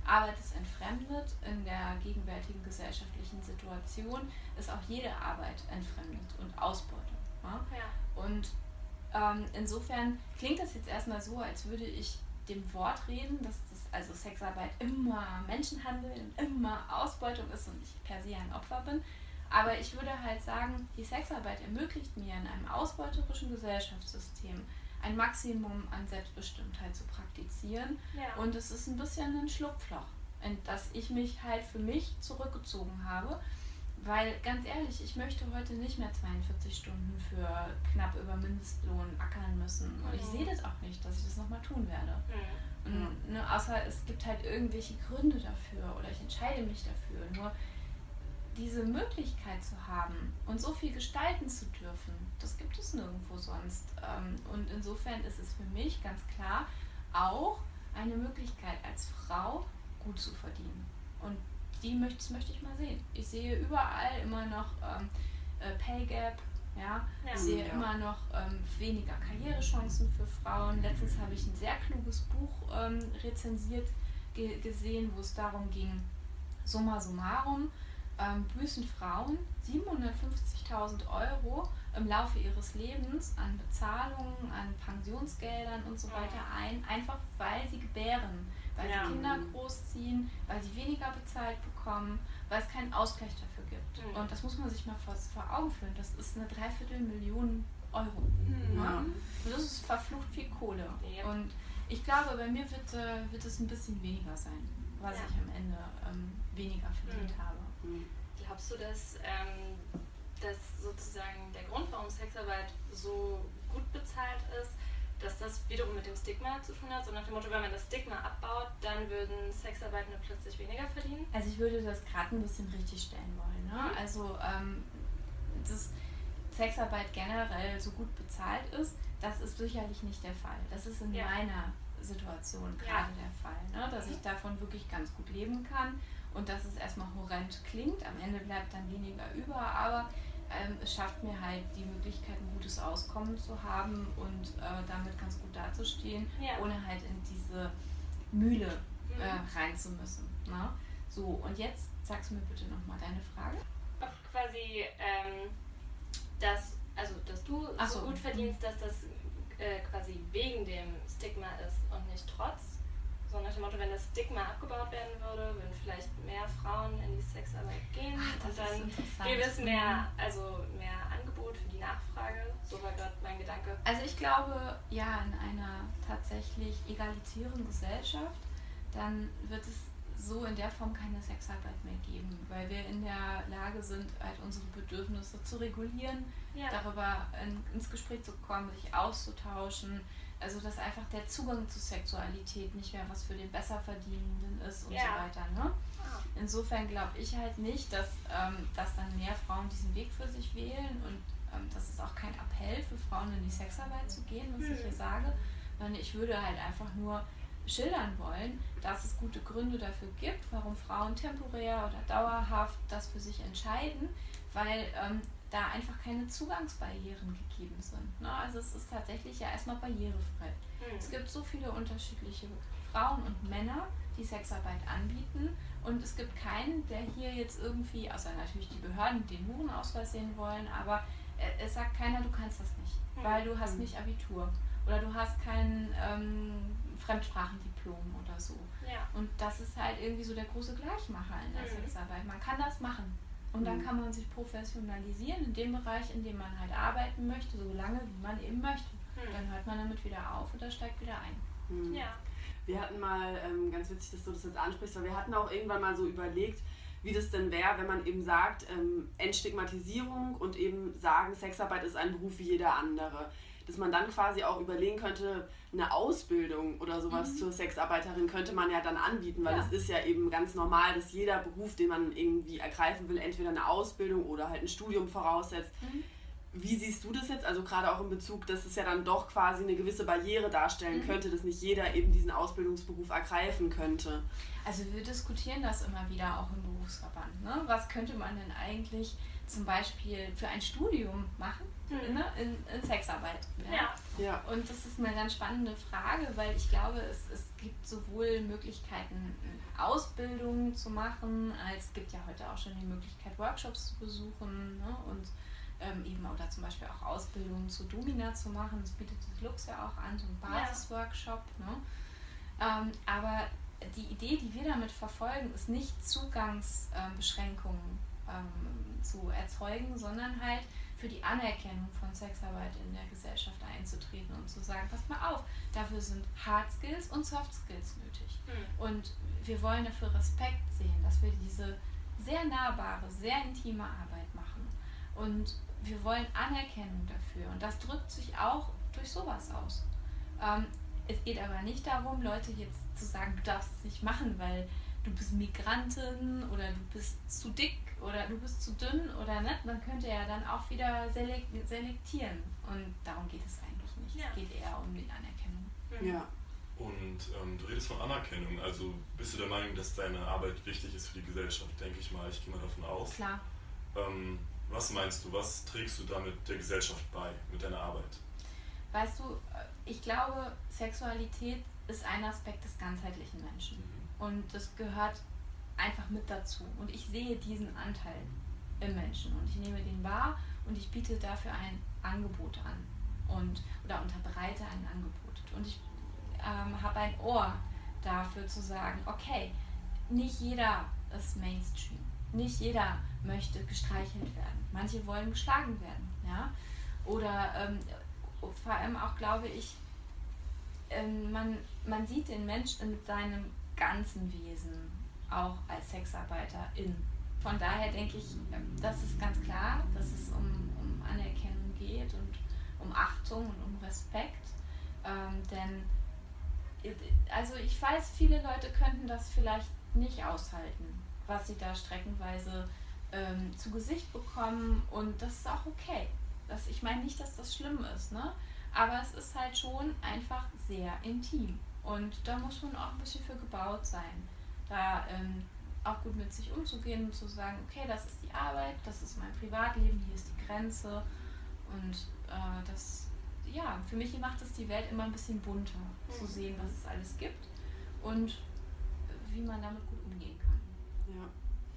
Arbeit ist entfremdet. In der gegenwärtigen gesellschaftlichen Situation ist auch jede Arbeit entfremdet und Ausbeutung. Ja? Ja. Und insofern klingt das jetzt erstmal so, als würde ich dem Wort reden, dass also Sexarbeit immer Menschenhandel und immer Ausbeutung ist und ich per se ein Opfer bin. Aber ich würde halt sagen, die Sexarbeit ermöglicht mir in einem ausbeuterischen Gesellschaftssystem ein Maximum an Selbstbestimmtheit zu praktizieren. Ja. Und es ist ein bisschen ein Schlupfloch, in das ich mich halt für mich zurückgezogen habe. Weil, ganz ehrlich, ich möchte heute nicht mehr 42 Stunden für knapp über Mindestlohn ackern müssen. Und ich sehe das auch nicht, dass ich das nochmal tun werde. Und, ne, außer es gibt halt irgendwelche Gründe dafür oder ich entscheide mich dafür. Nur diese Möglichkeit zu haben und so viel gestalten zu dürfen, das gibt es nirgendwo sonst. Und insofern ist es für mich ganz klar auch eine Möglichkeit, als Frau gut zu verdienen. Und das möchte ich mal sehen. Ich sehe überall immer noch Pay Gap, ja? Ich sehe immer noch weniger Karrierechancen für Frauen. Letztens habe ich ein sehr kluges Buch rezensiert gesehen, wo es darum ging, summa summarum, büßen Frauen 750.000 Euro im Laufe ihres Lebens an Bezahlungen, an Pensionsgeldern und so weiter ein, einfach weil sie gebären, weil sie Kinder großziehen, weil sie weniger bezahlt bekommen, weil es keinen Ausgleich dafür gibt. Und das muss man sich mal vor Augen führen. Das ist eine 250.000 Euro. Ja? Und das ist verflucht viel Kohle. Ja. Und ich glaube, bei mir wird es ein bisschen weniger sein, was ich am Ende weniger verdient habe. Glaubst du, dass sozusagen der Grund, warum Sexarbeit so gut bezahlt ist, dass das wiederum mit dem Stigma zu tun hat? So nach dem Motto, wenn man das Stigma abbaut, dann würden Sexarbeitende plötzlich weniger verdienen? Also ich würde das gerade ein bisschen richtig stellen wollen. Ne? Also dass Sexarbeit generell so gut bezahlt ist, das ist sicherlich nicht der Fall. Das ist in meiner Situation gerade der Fall, ne? Dass ich davon wirklich ganz gut leben kann und dass es erstmal horrend klingt. Am Ende bleibt dann weniger über, aber es schafft mir halt die Möglichkeit, ein gutes Auskommen zu haben und damit ganz gut dazustehen, ohne halt in diese Mühle rein zu müssen. Ne? So, und jetzt sagst du mir bitte nochmal deine Frage. Ob quasi, dass du so gut verdienst, dass das quasi wegen dem Stigma ist und nicht trotz. So nach dem Motto, wenn das Stigma abgebaut werden würde, würden vielleicht mehr Frauen in die Sexarbeit gehen und dann gäbe es mehr Angebot für die Nachfrage. So war gerade mein Gedanke. Also ich glaube, ja, in einer tatsächlich egalitären Gesellschaft, dann wird es so in der Form keine Sexarbeit mehr geben, weil wir in der Lage sind, halt unsere Bedürfnisse zu regulieren, darüber ins Gespräch zu kommen, sich auszutauschen, also dass einfach der Zugang zur Sexualität nicht mehr was für den Besserverdienenden ist und so weiter. Ne? Insofern glaube ich halt nicht, dass dann mehr Frauen diesen Weg für sich wählen und das ist auch kein Appell für Frauen in die Sexarbeit zu gehen, was ich hier sage, sondern ich würde halt einfach nur schildern wollen, dass es gute Gründe dafür gibt, warum Frauen temporär oder dauerhaft das für sich entscheiden, weil da einfach keine Zugangsbarrieren gegeben sind. Ne? Also es ist tatsächlich ja erstmal barrierefrei. Es gibt so viele unterschiedliche Frauen und Männer, die Sexarbeit anbieten und es gibt keinen, der hier jetzt irgendwie, außer natürlich die Behörden, den Hurenausweis sehen wollen, aber es sagt keiner, du kannst das nicht, weil du hast nicht Abitur oder du hast kein Fremdsprachendiplom oder so. Ja. Und das ist halt irgendwie so der große Gleichmacher in der Sexarbeit. Man kann das machen. Und dann kann man sich professionalisieren in dem Bereich, in dem man halt arbeiten möchte, so lange wie man eben möchte. Dann hört man damit wieder auf oder steigt wieder ein. Ja. Wir hatten mal, ganz witzig, dass du das jetzt ansprichst, weil wir hatten auch irgendwann mal so überlegt, wie das denn wäre, wenn man eben sagt, Entstigmatisierung und eben sagen, Sexarbeit ist ein Beruf wie jeder andere. Dass man dann quasi auch überlegen könnte, eine Ausbildung oder sowas zur Sexarbeiterin könnte man ja dann anbieten, weil es ist ja eben ganz normal, dass jeder Beruf, den man irgendwie ergreifen will, entweder eine Ausbildung oder halt ein Studium voraussetzt. Wie siehst du das jetzt? Also gerade auch in Bezug, dass es ja dann doch quasi eine gewisse Barriere darstellen könnte, dass nicht jeder eben diesen Ausbildungsberuf ergreifen könnte. Also wir diskutieren das immer wieder auch im Berufsverband. Ne? Was könnte man denn eigentlich zum Beispiel für ein Studium machen, ne, in Sexarbeit. Ja. Und das ist eine ganz spannende Frage, weil ich glaube, es gibt sowohl Möglichkeiten, Ausbildungen zu machen, als es gibt ja heute auch schon die Möglichkeit, Workshops zu besuchen, ne, und eben oder zum Beispiel auch Ausbildungen zu Domina zu machen. Das bietet die Lux ja auch an, so ein Basisworkshop. Ne? Aber die Idee, die wir damit verfolgen, ist nicht Zugangsbeschränkungen zu erzeugen, sondern halt für die Anerkennung von Sexarbeit in der Gesellschaft einzutreten und zu sagen, passt mal auf, dafür sind Hard Skills und Soft Skills nötig. Und wir wollen dafür Respekt sehen, dass wir diese sehr nahbare, sehr intime Arbeit machen. Und wir wollen Anerkennung dafür. Und das drückt sich auch durch sowas aus. Es geht aber nicht darum, Leute jetzt zu sagen, du darfst es nicht machen, weil du bist Migrantin oder du bist zu dick oder du bist zu dünn oder nicht. Man könnte ja dann auch wieder selektieren. Und darum geht es eigentlich nicht. Es geht eher um die Anerkennung. Ja. Und du redest von Anerkennung. Also bist du der Meinung, dass deine Arbeit wichtig ist für die Gesellschaft? Denke ich mal. Ich gehe mal davon aus. Klar. Was meinst du? Was trägst du damit der Gesellschaft bei, mit deiner Arbeit? Weißt du, ich glaube, Sexualität ist ein Aspekt des ganzheitlichen Menschen. Und das gehört einfach mit dazu. Und ich sehe diesen Anteil im Menschen. Und ich nehme den wahr und ich biete dafür ein Angebot an. Oder unterbreite ein Angebot. Und ich habe ein Ohr dafür zu sagen, okay, nicht jeder ist Mainstream. Nicht jeder möchte gestreichelt werden. Manche wollen geschlagen werden. Ja? Oder vor allem auch, glaube ich, man sieht den Menschen mit seinem ganzen Wesen auch als Sexarbeiterin. Von daher denke ich, das ist ganz klar, dass es um Anerkennung geht und um Achtung und um Respekt. Denn also ich weiß, viele Leute könnten das vielleicht nicht aushalten, was sie da streckenweise zu Gesicht bekommen, und das ist auch okay. Ich meine nicht, dass das schlimm ist, ne? Aber es ist halt schon einfach sehr intim und da muss man auch ein bisschen für gebaut sein, da auch gut mit sich umzugehen und zu sagen, okay, das ist die Arbeit, das ist mein Privatleben, hier ist die Grenze, und für mich macht es die Welt immer ein bisschen bunter, zu sehen, was es alles gibt und wie man damit gut umgehen kann. Ja.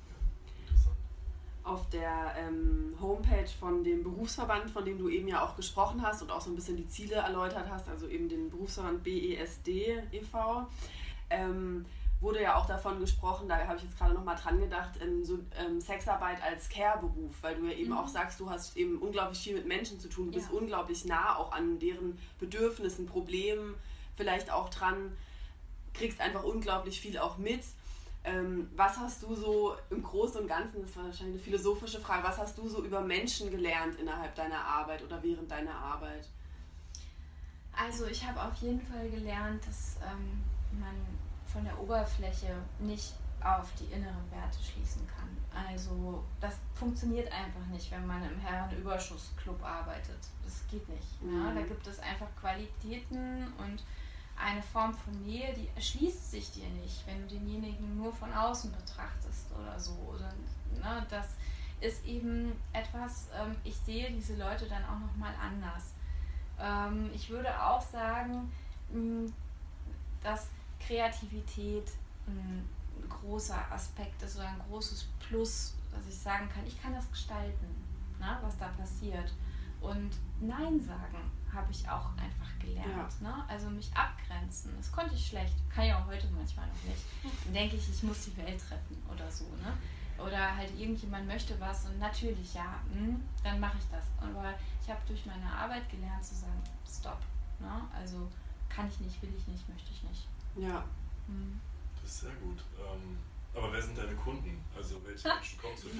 Auf der Homepage von dem Berufsverband, von dem du eben ja auch gesprochen hast und auch so ein bisschen die Ziele erläutert hast, also eben den Berufsverband BESD e.V., wurde ja auch davon gesprochen, da habe ich jetzt gerade nochmal dran gedacht, Sexarbeit als Care-Beruf, weil du ja eben auch sagst, du hast eben unglaublich viel mit Menschen zu tun, du bist unglaublich nah auch an deren Bedürfnissen, Problemen, vielleicht auch dran, kriegst einfach unglaublich viel auch mit. Was hast du so im Großen und Ganzen, das war wahrscheinlich eine philosophische Frage, was hast du so über Menschen gelernt innerhalb deiner Arbeit oder während deiner Arbeit? Also ich habe auf jeden Fall gelernt, dass man von der Oberfläche nicht auf die inneren Werte schließen kann. Also das funktioniert einfach nicht, wenn man im Herrenüberschussclub arbeitet. Das geht nicht. Ja? Da gibt es einfach Qualitäten und eine Form von Nähe, die erschließt sich dir nicht, wenn du denjenigen nur von außen betrachtest oder so. Oder, ne, das ist eben etwas, ich sehe diese Leute dann auch nochmal anders. Ich würde auch sagen, dass Kreativität ein großer Aspekt ist oder ein großes Plus, dass ich sagen kann, ich kann das gestalten, ne, was da passiert. Und Nein sagen habe ich auch einfach gelernt. Ja. Ne? Also mich abgrenzen. Das konnte ich schlecht. Kann ich auch heute manchmal noch nicht. Dann denke ich muss die Welt retten oder so. Ne? Oder halt irgendjemand möchte was und natürlich ja, dann mache ich das. Aber ich habe durch meine Arbeit gelernt zu sagen, stopp. Ne? Also kann ich nicht, will ich nicht, möchte ich nicht. Ja. Das ist sehr gut. Aber wer sind deine Kunden? Also welche Menschen kommen zu dir?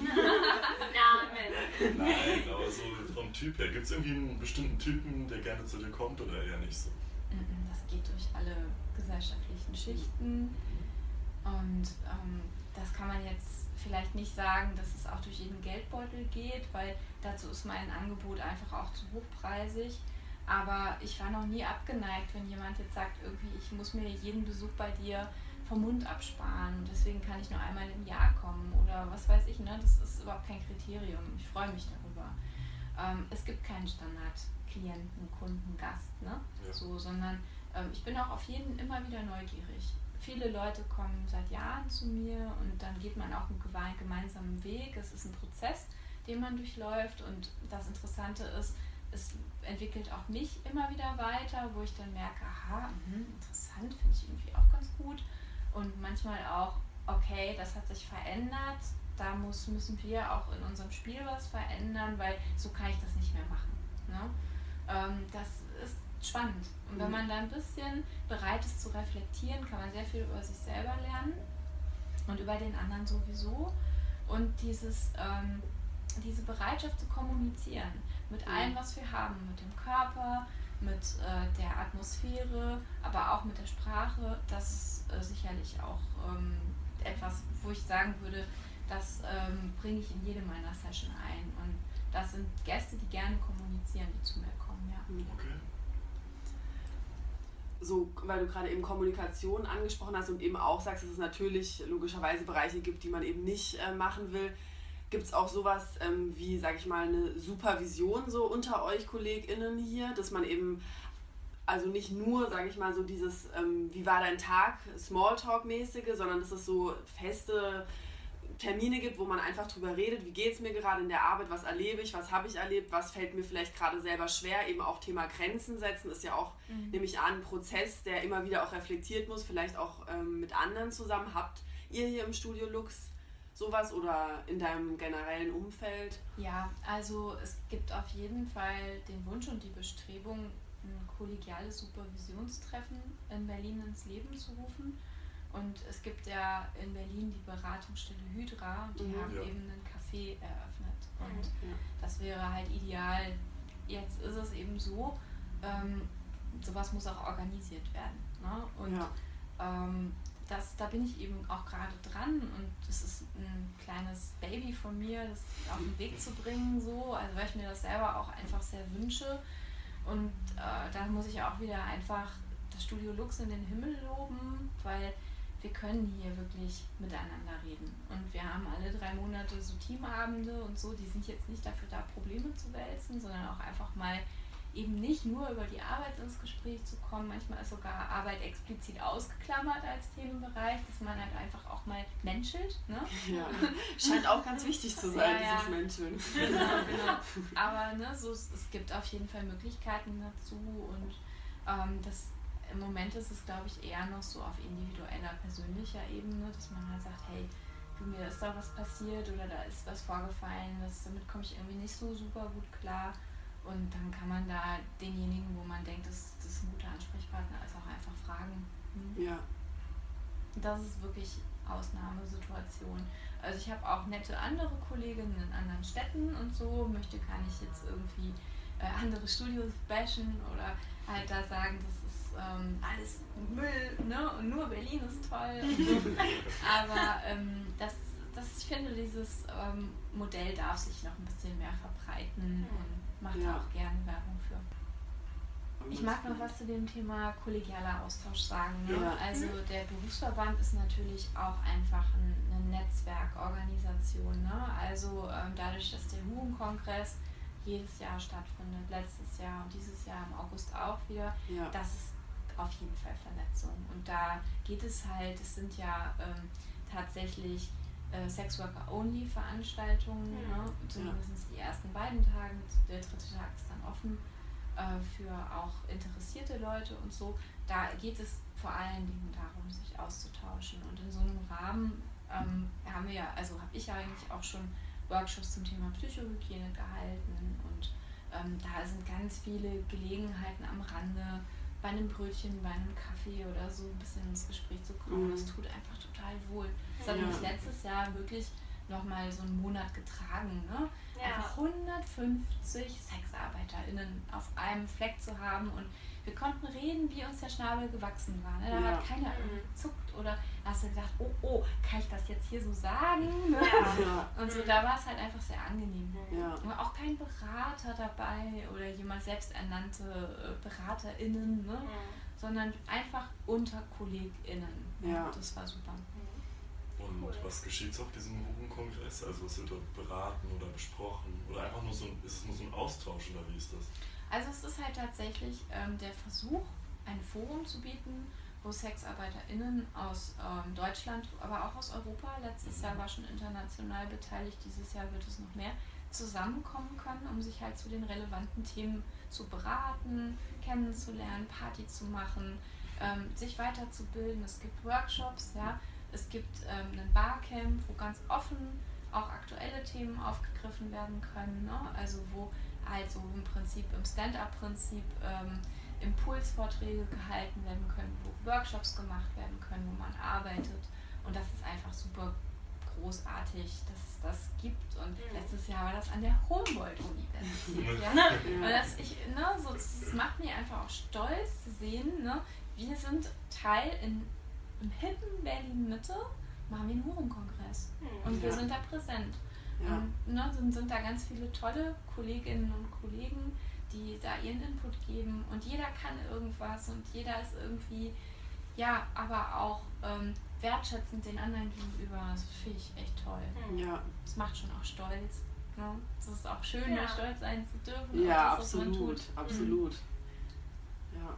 Nein, aber so vom Typ her. Gibt es irgendwie einen bestimmten Typen, der gerne zu dir kommt oder eher nicht so? Das geht durch alle gesellschaftlichen Schichten. Und das kann man jetzt vielleicht nicht sagen, dass es auch durch jeden Geldbeutel geht, weil dazu ist mein Angebot einfach auch zu hochpreisig. Aber ich war noch nie abgeneigt, wenn jemand jetzt sagt, irgendwie, ich muss mir jeden Besuch bei dir vom Mund absparen und deswegen kann ich nur einmal im Jahr kommen oder was weiß ich, ne? Das ist überhaupt kein Kriterium. Ich freue mich darüber. Es gibt keinen Standard-Klienten, Kunden, Gast, ne? Ja. So, sondern ich bin auch auf jeden immer wieder neugierig. Viele Leute kommen seit Jahren zu mir und dann geht man auch einen gemeinsamen Weg. Es ist ein Prozess, den man durchläuft und das Interessante ist, es entwickelt auch mich immer wieder weiter, wo ich dann merke, aha, interessant, finde ich irgendwie auch ganz gut und manchmal auch, okay, das hat sich verändert, da müssen wir auch in unserem Spiel was verändern, weil so kann ich das nicht mehr machen. Ne? Das ist spannend. Und wenn man da ein bisschen bereit ist zu reflektieren, kann man sehr viel über sich selber lernen und über den anderen sowieso. Und diese Bereitschaft zu kommunizieren mit allem, was wir haben, mit dem Körper, mit der Atmosphäre, aber auch mit der Sprache, das ist sicherlich auch etwas, wo ich sagen würde, das bringe ich in jede meiner Session ein. Und das sind Gäste, die gerne kommunizieren, die zu mir kommen. Ja. Okay. So, weil du gerade eben Kommunikation angesprochen hast und eben auch sagst, dass es natürlich logischerweise Bereiche gibt, die man eben nicht machen will. Gibt es auch sowas wie, sag ich mal, eine Supervision so unter euch KollegInnen hier, dass man eben, also nicht nur, sag ich mal, so dieses, wie war dein Tag, Smalltalk-mäßige, sondern dass es so feste Termine gibt, wo man einfach drüber redet, wie geht es mir gerade in der Arbeit, was erlebe ich, was habe ich erlebt, was fällt mir vielleicht gerade selber schwer, eben auch Thema Grenzen setzen, ist ja auch, nehme ich an, ein Prozess, der immer wieder auch reflektiert muss, vielleicht auch mit anderen zusammen. Habt ihr hier im Studio Lux sowas oder in deinem generellen Umfeld? Ja, also es gibt auf jeden Fall den Wunsch und die Bestrebung, ein kollegiales Supervisionstreffen in Berlin ins Leben zu rufen. Und es gibt ja in Berlin die Beratungsstelle Hydra und die haben eben einen Café eröffnet. Und das wäre halt ideal. Jetzt ist es eben so, sowas muss auch organisiert werden. Ne? Und da bin ich eben auch gerade dran und das ist ein kleines Baby von mir, das auf den Weg zu bringen, so, also weil ich mir das selber auch einfach sehr wünsche. Und da muss ich auch wieder einfach das Studio Lux in den Himmel loben, weil wir können hier wirklich miteinander reden. Und wir haben alle 3 Monate so Teamabende und so, die sind jetzt nicht dafür da, Probleme zu wälzen, sondern auch einfach mal eben nicht nur über die Arbeit ins Gespräch zu kommen. Manchmal ist sogar Arbeit explizit ausgeklammert als Themenbereich, dass man halt einfach auch mal menschelt. Ne? Ja, scheint auch ganz wichtig zu sein, dieses Menscheln. Genau. Aber ne, so, es gibt auf jeden Fall Möglichkeiten dazu und im Moment ist es, glaube ich, eher noch so auf individueller, persönlicher Ebene, dass man halt sagt, hey, du, mir ist da was passiert oder da ist was vorgefallen, damit komme ich irgendwie nicht so super gut klar. Und dann kann man da denjenigen, wo man denkt, das ist ein guter Ansprechpartner, ist auch einfach fragen. Ja. Das ist wirklich Ausnahmesituation. Also ich habe auch nette andere Kolleginnen in anderen Städten und so, möchte gar nicht jetzt irgendwie andere Studios bashen oder halt da sagen, das ist alles Müll, ne? Und nur Berlin ist toll und so. Aber ich finde, dieses Modell darf sich noch ein bisschen mehr verbreiten und macht da auch gerne Werbung für. Ich mag noch was zu dem Thema kollegialer Austausch sagen. Ne? Ja. Also der Berufsverband ist natürlich auch einfach eine Netzwerkorganisation. Ne? Also dadurch, dass der HUEN-Kongress jedes Jahr stattfindet, letztes Jahr und dieses Jahr im August auch wieder, das ist auf jeden Fall Vernetzung. Und da geht es halt, es sind ja tatsächlich Sex-Worker-Only-Veranstaltungen, ne? Zumindest die ersten beiden Tage, der 3. Tag ist dann offen für auch interessierte Leute und so. Da geht es vor allen Dingen darum, sich auszutauschen. Und in so einem Rahmen habe ich eigentlich auch schon Workshops zum Thema Psychohygiene gehalten und da sind ganz viele Gelegenheiten am Rande, bei einem Brötchen, bei einem Kaffee oder so ein bisschen ins Gespräch zu kommen. Das tut einfach total wohl. Das hat mich letztes Jahr wirklich nochmal so einen Monat getragen. Ne? Einfach 150 SexarbeiterInnen auf einem Fleck zu haben und wir konnten reden, wie uns der Schnabel gewachsen war. Ne? Da hat keiner gezuckt oder hast du gedacht, oh, kann ich das jetzt hier so sagen? Ne? Und so, da war es halt einfach sehr angenehm. Und auch kein Berater dabei oder jemand selbsternannte BeraterInnen, ne? Sondern einfach unter KollegInnen. Ja. Das war super. Und was geschieht so auf diesem Hurenkongress? Also was wird dort beraten oder besprochen? Oder einfach nur ist es nur so ein Austausch oder wie ist das? Also es ist halt tatsächlich der Versuch, ein Forum zu bieten, wo SexarbeiterInnen aus Deutschland, aber auch aus Europa, letztes Jahr war schon international beteiligt, dieses Jahr wird es noch mehr, zusammenkommen können, um sich halt zu den relevanten Themen zu beraten, kennenzulernen, Party zu machen, sich weiterzubilden. Es gibt Workshops, ja. Es gibt einen Barcamp, wo ganz offen auch aktuelle Themen aufgegriffen werden können, ne? Also wo halt so im Prinzip, im Stand-up-Prinzip Impulsvorträge gehalten werden können, wo Workshops gemacht werden können, wo man arbeitet. Und das ist einfach super großartig, dass es das gibt. Und letztes Jahr war das an der Humboldt-Universität. Ja? Und das macht mich einfach auch stolz zu sehen, ne? Wir sind Teil im hippen Berlin-Mitte, machen wir einen Hurenkongress. Und wir sind da präsent. Ja. Und sind da ganz viele tolle Kolleginnen und Kollegen, die da ihren Input geben. Und jeder kann irgendwas und jeder ist irgendwie, ja, aber auch wertschätzend den anderen gegenüber. Das finde ich echt toll. Ja. Das macht schon auch stolz. Ne? Das ist auch schön, da stolz sein zu dürfen. Ja, auf das, was man absolut, tut. absolut. Ja.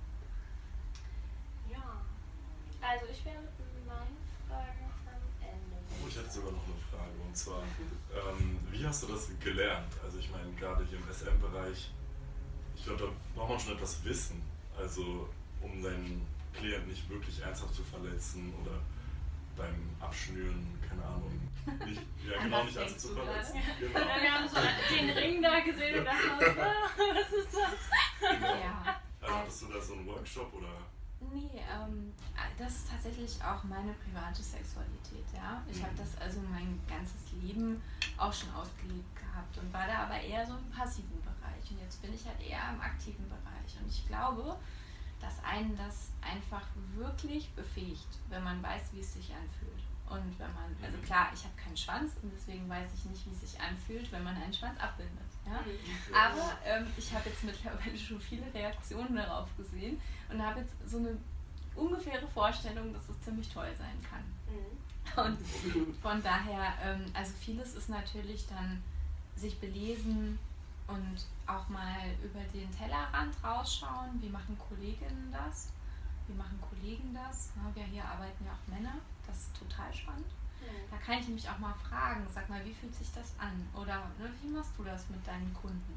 Also ich wäre mit meinen Fragen am Ende. Oh, ich hätte sogar noch eine Frage und zwar, wie hast du das gelernt? Also ich meine, gerade hier im SM-Bereich, ich glaube, da braucht man schon etwas Wissen, also um seinen Klienten nicht wirklich ernsthaft zu verletzen oder beim Abschnüren, keine Ahnung, nicht ernsthaft zu verletzen. Genau. Wir haben so den Ring da gesehen und dachten, was ist das? Genau. Ja. Also hattest du da so einen Workshop oder? Nee, das ist tatsächlich auch meine private Sexualität, ja. Ich habe das also mein ganzes Leben auch schon ausgelebt gehabt und war da aber eher so im passiven Bereich. Und jetzt bin ich halt eher im aktiven Bereich. Und ich glaube, dass einen das einfach wirklich befähigt, wenn man weiß, wie es sich anfühlt. Und wenn man, also klar, ich habe keinen Schwanz und deswegen weiß ich nicht, wie es sich anfühlt, wenn man einen Schwanz abbindet. Ja? Aber ich habe jetzt mittlerweile schon viele Reaktionen darauf gesehen und habe jetzt so eine ungefähre Vorstellung, dass es ziemlich toll sein kann. Und von daher, also vieles ist natürlich dann sich belesen und auch mal über den Tellerrand rausschauen. Wie machen Kolleginnen das? Wie machen Kollegen das? Ja, wir hier arbeiten ja auch Männer. Das ist total spannend. Da kann ich mich auch mal fragen, sag mal, wie fühlt sich das an? Oder wie machst du das mit deinen Kunden?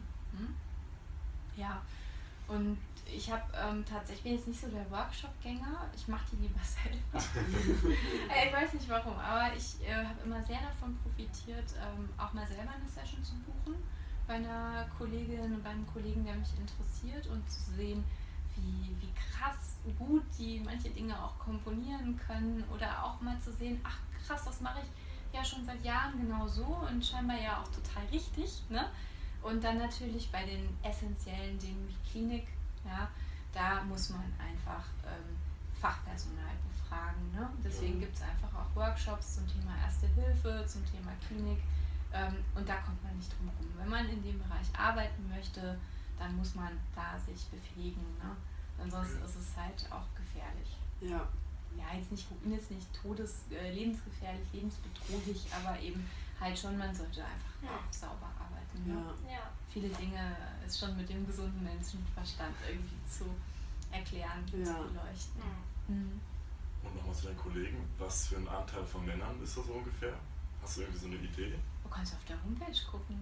Ja, und ich habe tatsächlich, bin jetzt nicht so der Workshop-Gänger, ich mache die lieber selber. Ich weiß nicht warum, aber ich habe immer sehr davon profitiert, auch mal selber eine Session zu buchen bei einer Kollegin und bei einem Kollegen, der mich interessiert und zu sehen, wie krass gut die manche Dinge auch komponieren können oder auch mal zu sehen, ach krass, das mache ich ja schon seit Jahren genau so und scheinbar ja auch total richtig, ne? Und dann natürlich bei den essentiellen Dingen wie Klinik, ja, da muss man einfach Fachpersonal befragen, ne? Deswegen gibt es einfach auch Workshops zum Thema Erste Hilfe, zum Thema Klinik und da kommt man nicht drum rum. Wenn man in dem Bereich arbeiten möchte, dann muss man da sich befähigen, ne? Ansonsten ist es halt auch gefährlich. Ja. Ja, jetzt nicht lebensgefährlich, lebensbedrohlich, aber eben halt schon, man sollte einfach auch sauber arbeiten. Ne? Ja. Viele Dinge ist schon mit dem gesunden Menschenverstand irgendwie zu erklären, zu beleuchten. Und nochmal zu deinen Kollegen, was für ein Anteil von Männern ist das so ungefähr? Hast du irgendwie so eine Idee? Du kannst auf der Homepage gucken.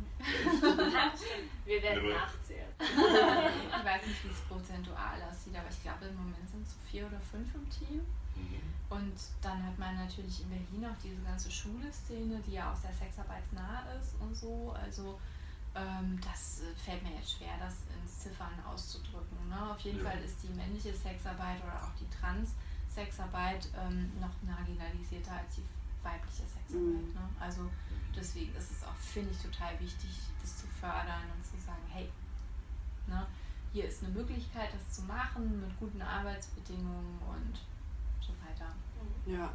Wir werden nachzählen. Ich weiß nicht, wie es prozentual aussieht, aber ich glaube, im Moment sind es so 4 oder 5 im Team. Und dann hat man natürlich in Berlin auch diese ganze Schule-Szene, die ja auch sehr sexarbeitsnah ist und so. Also das fällt mir jetzt schwer, das in Ziffern auszudrücken. Ne? Auf jeden Fall ist die männliche Sexarbeit oder auch die Trans-Sexarbeit noch marginalisierter als die weibliche Sexarbeit. Ne? Also deswegen ist es auch, finde ich, total wichtig, das zu fördern und zu sagen, hey, ne, hier ist eine Möglichkeit, das zu machen mit guten Arbeitsbedingungen und so weiter. Ja.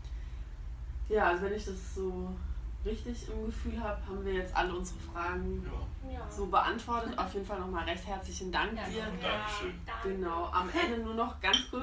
Ja, also wenn ich das so richtig im Gefühl habe, haben wir jetzt alle unsere Fragen so beantwortet. Auf jeden Fall nochmal recht herzlichen Dank dir. Dankeschön. Genau, am Ende nur noch ganz kurz,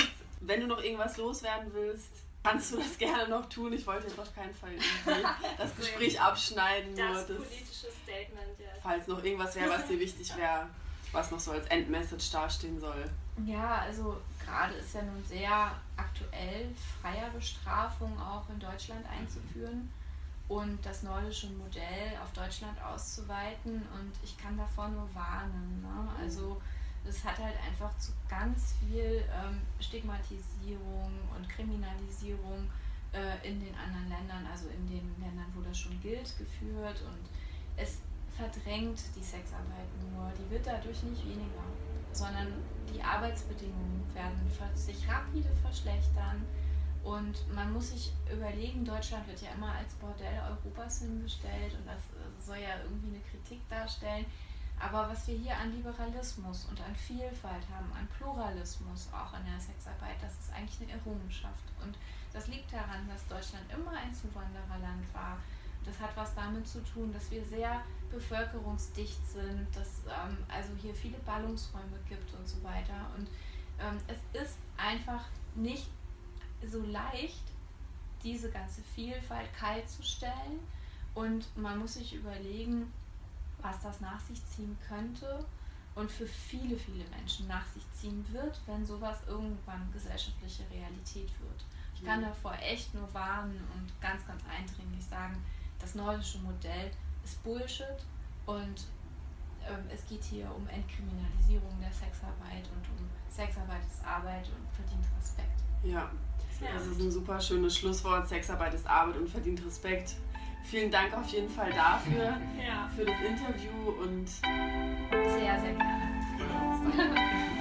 wenn du noch irgendwas loswerden willst, kannst du das gerne noch tun. Ich wollte jetzt auf keinen Fall irgendwie das Gespräch abschneiden. Das politische Statement, ja. Falls noch irgendwas wäre, was dir wichtig wäre, was noch so als Endmessage dastehen soll. Ja, also gerade ist ja nun sehr aktuell, Freierbestrafung auch in Deutschland einzuführen und das nordische Modell auf Deutschland auszuweiten, und ich kann davor nur warnen. Ne? Also das hat halt einfach zu ganz viel Stigmatisierung und Kriminalisierung in den anderen Ländern, also in den Ländern, wo das schon gilt, geführt, und es verdrängt die Sexarbeit nur. Die wird dadurch nicht weniger, sondern die Arbeitsbedingungen werden sich rapide verschlechtern. Und man muss sich überlegen, Deutschland wird ja immer als Bordell Europas hingestellt und das soll ja irgendwie eine Kritik darstellen. Aber was wir hier an Liberalismus und an Vielfalt haben, an Pluralismus auch in der Sexarbeit, das ist eigentlich eine Errungenschaft. Und das liegt daran, dass Deutschland immer ein Zuwandererland war. Das hat was damit zu tun, dass wir sehr bevölkerungsdicht sind, dass also hier viele Ballungsräume gibt und so weiter. Und es ist einfach nicht so leicht, diese ganze Vielfalt kalt zu stellen, und man muss sich überlegen, was das nach sich ziehen könnte und für viele, viele Menschen nach sich ziehen wird, wenn sowas irgendwann gesellschaftliche Realität wird. Ich kann davor echt nur warnen und ganz, ganz eindringlich sagen, das nordische Modell ist Bullshit, und es geht hier um Entkriminalisierung der Sexarbeit und um Sexarbeit ist Arbeit und verdient Respekt. Ja, das ist ein super schönes Schlusswort. Sexarbeit ist Arbeit und verdient Respekt. Vielen Dank auf jeden Fall dafür, für das Interview und sehr, sehr gerne. Genau.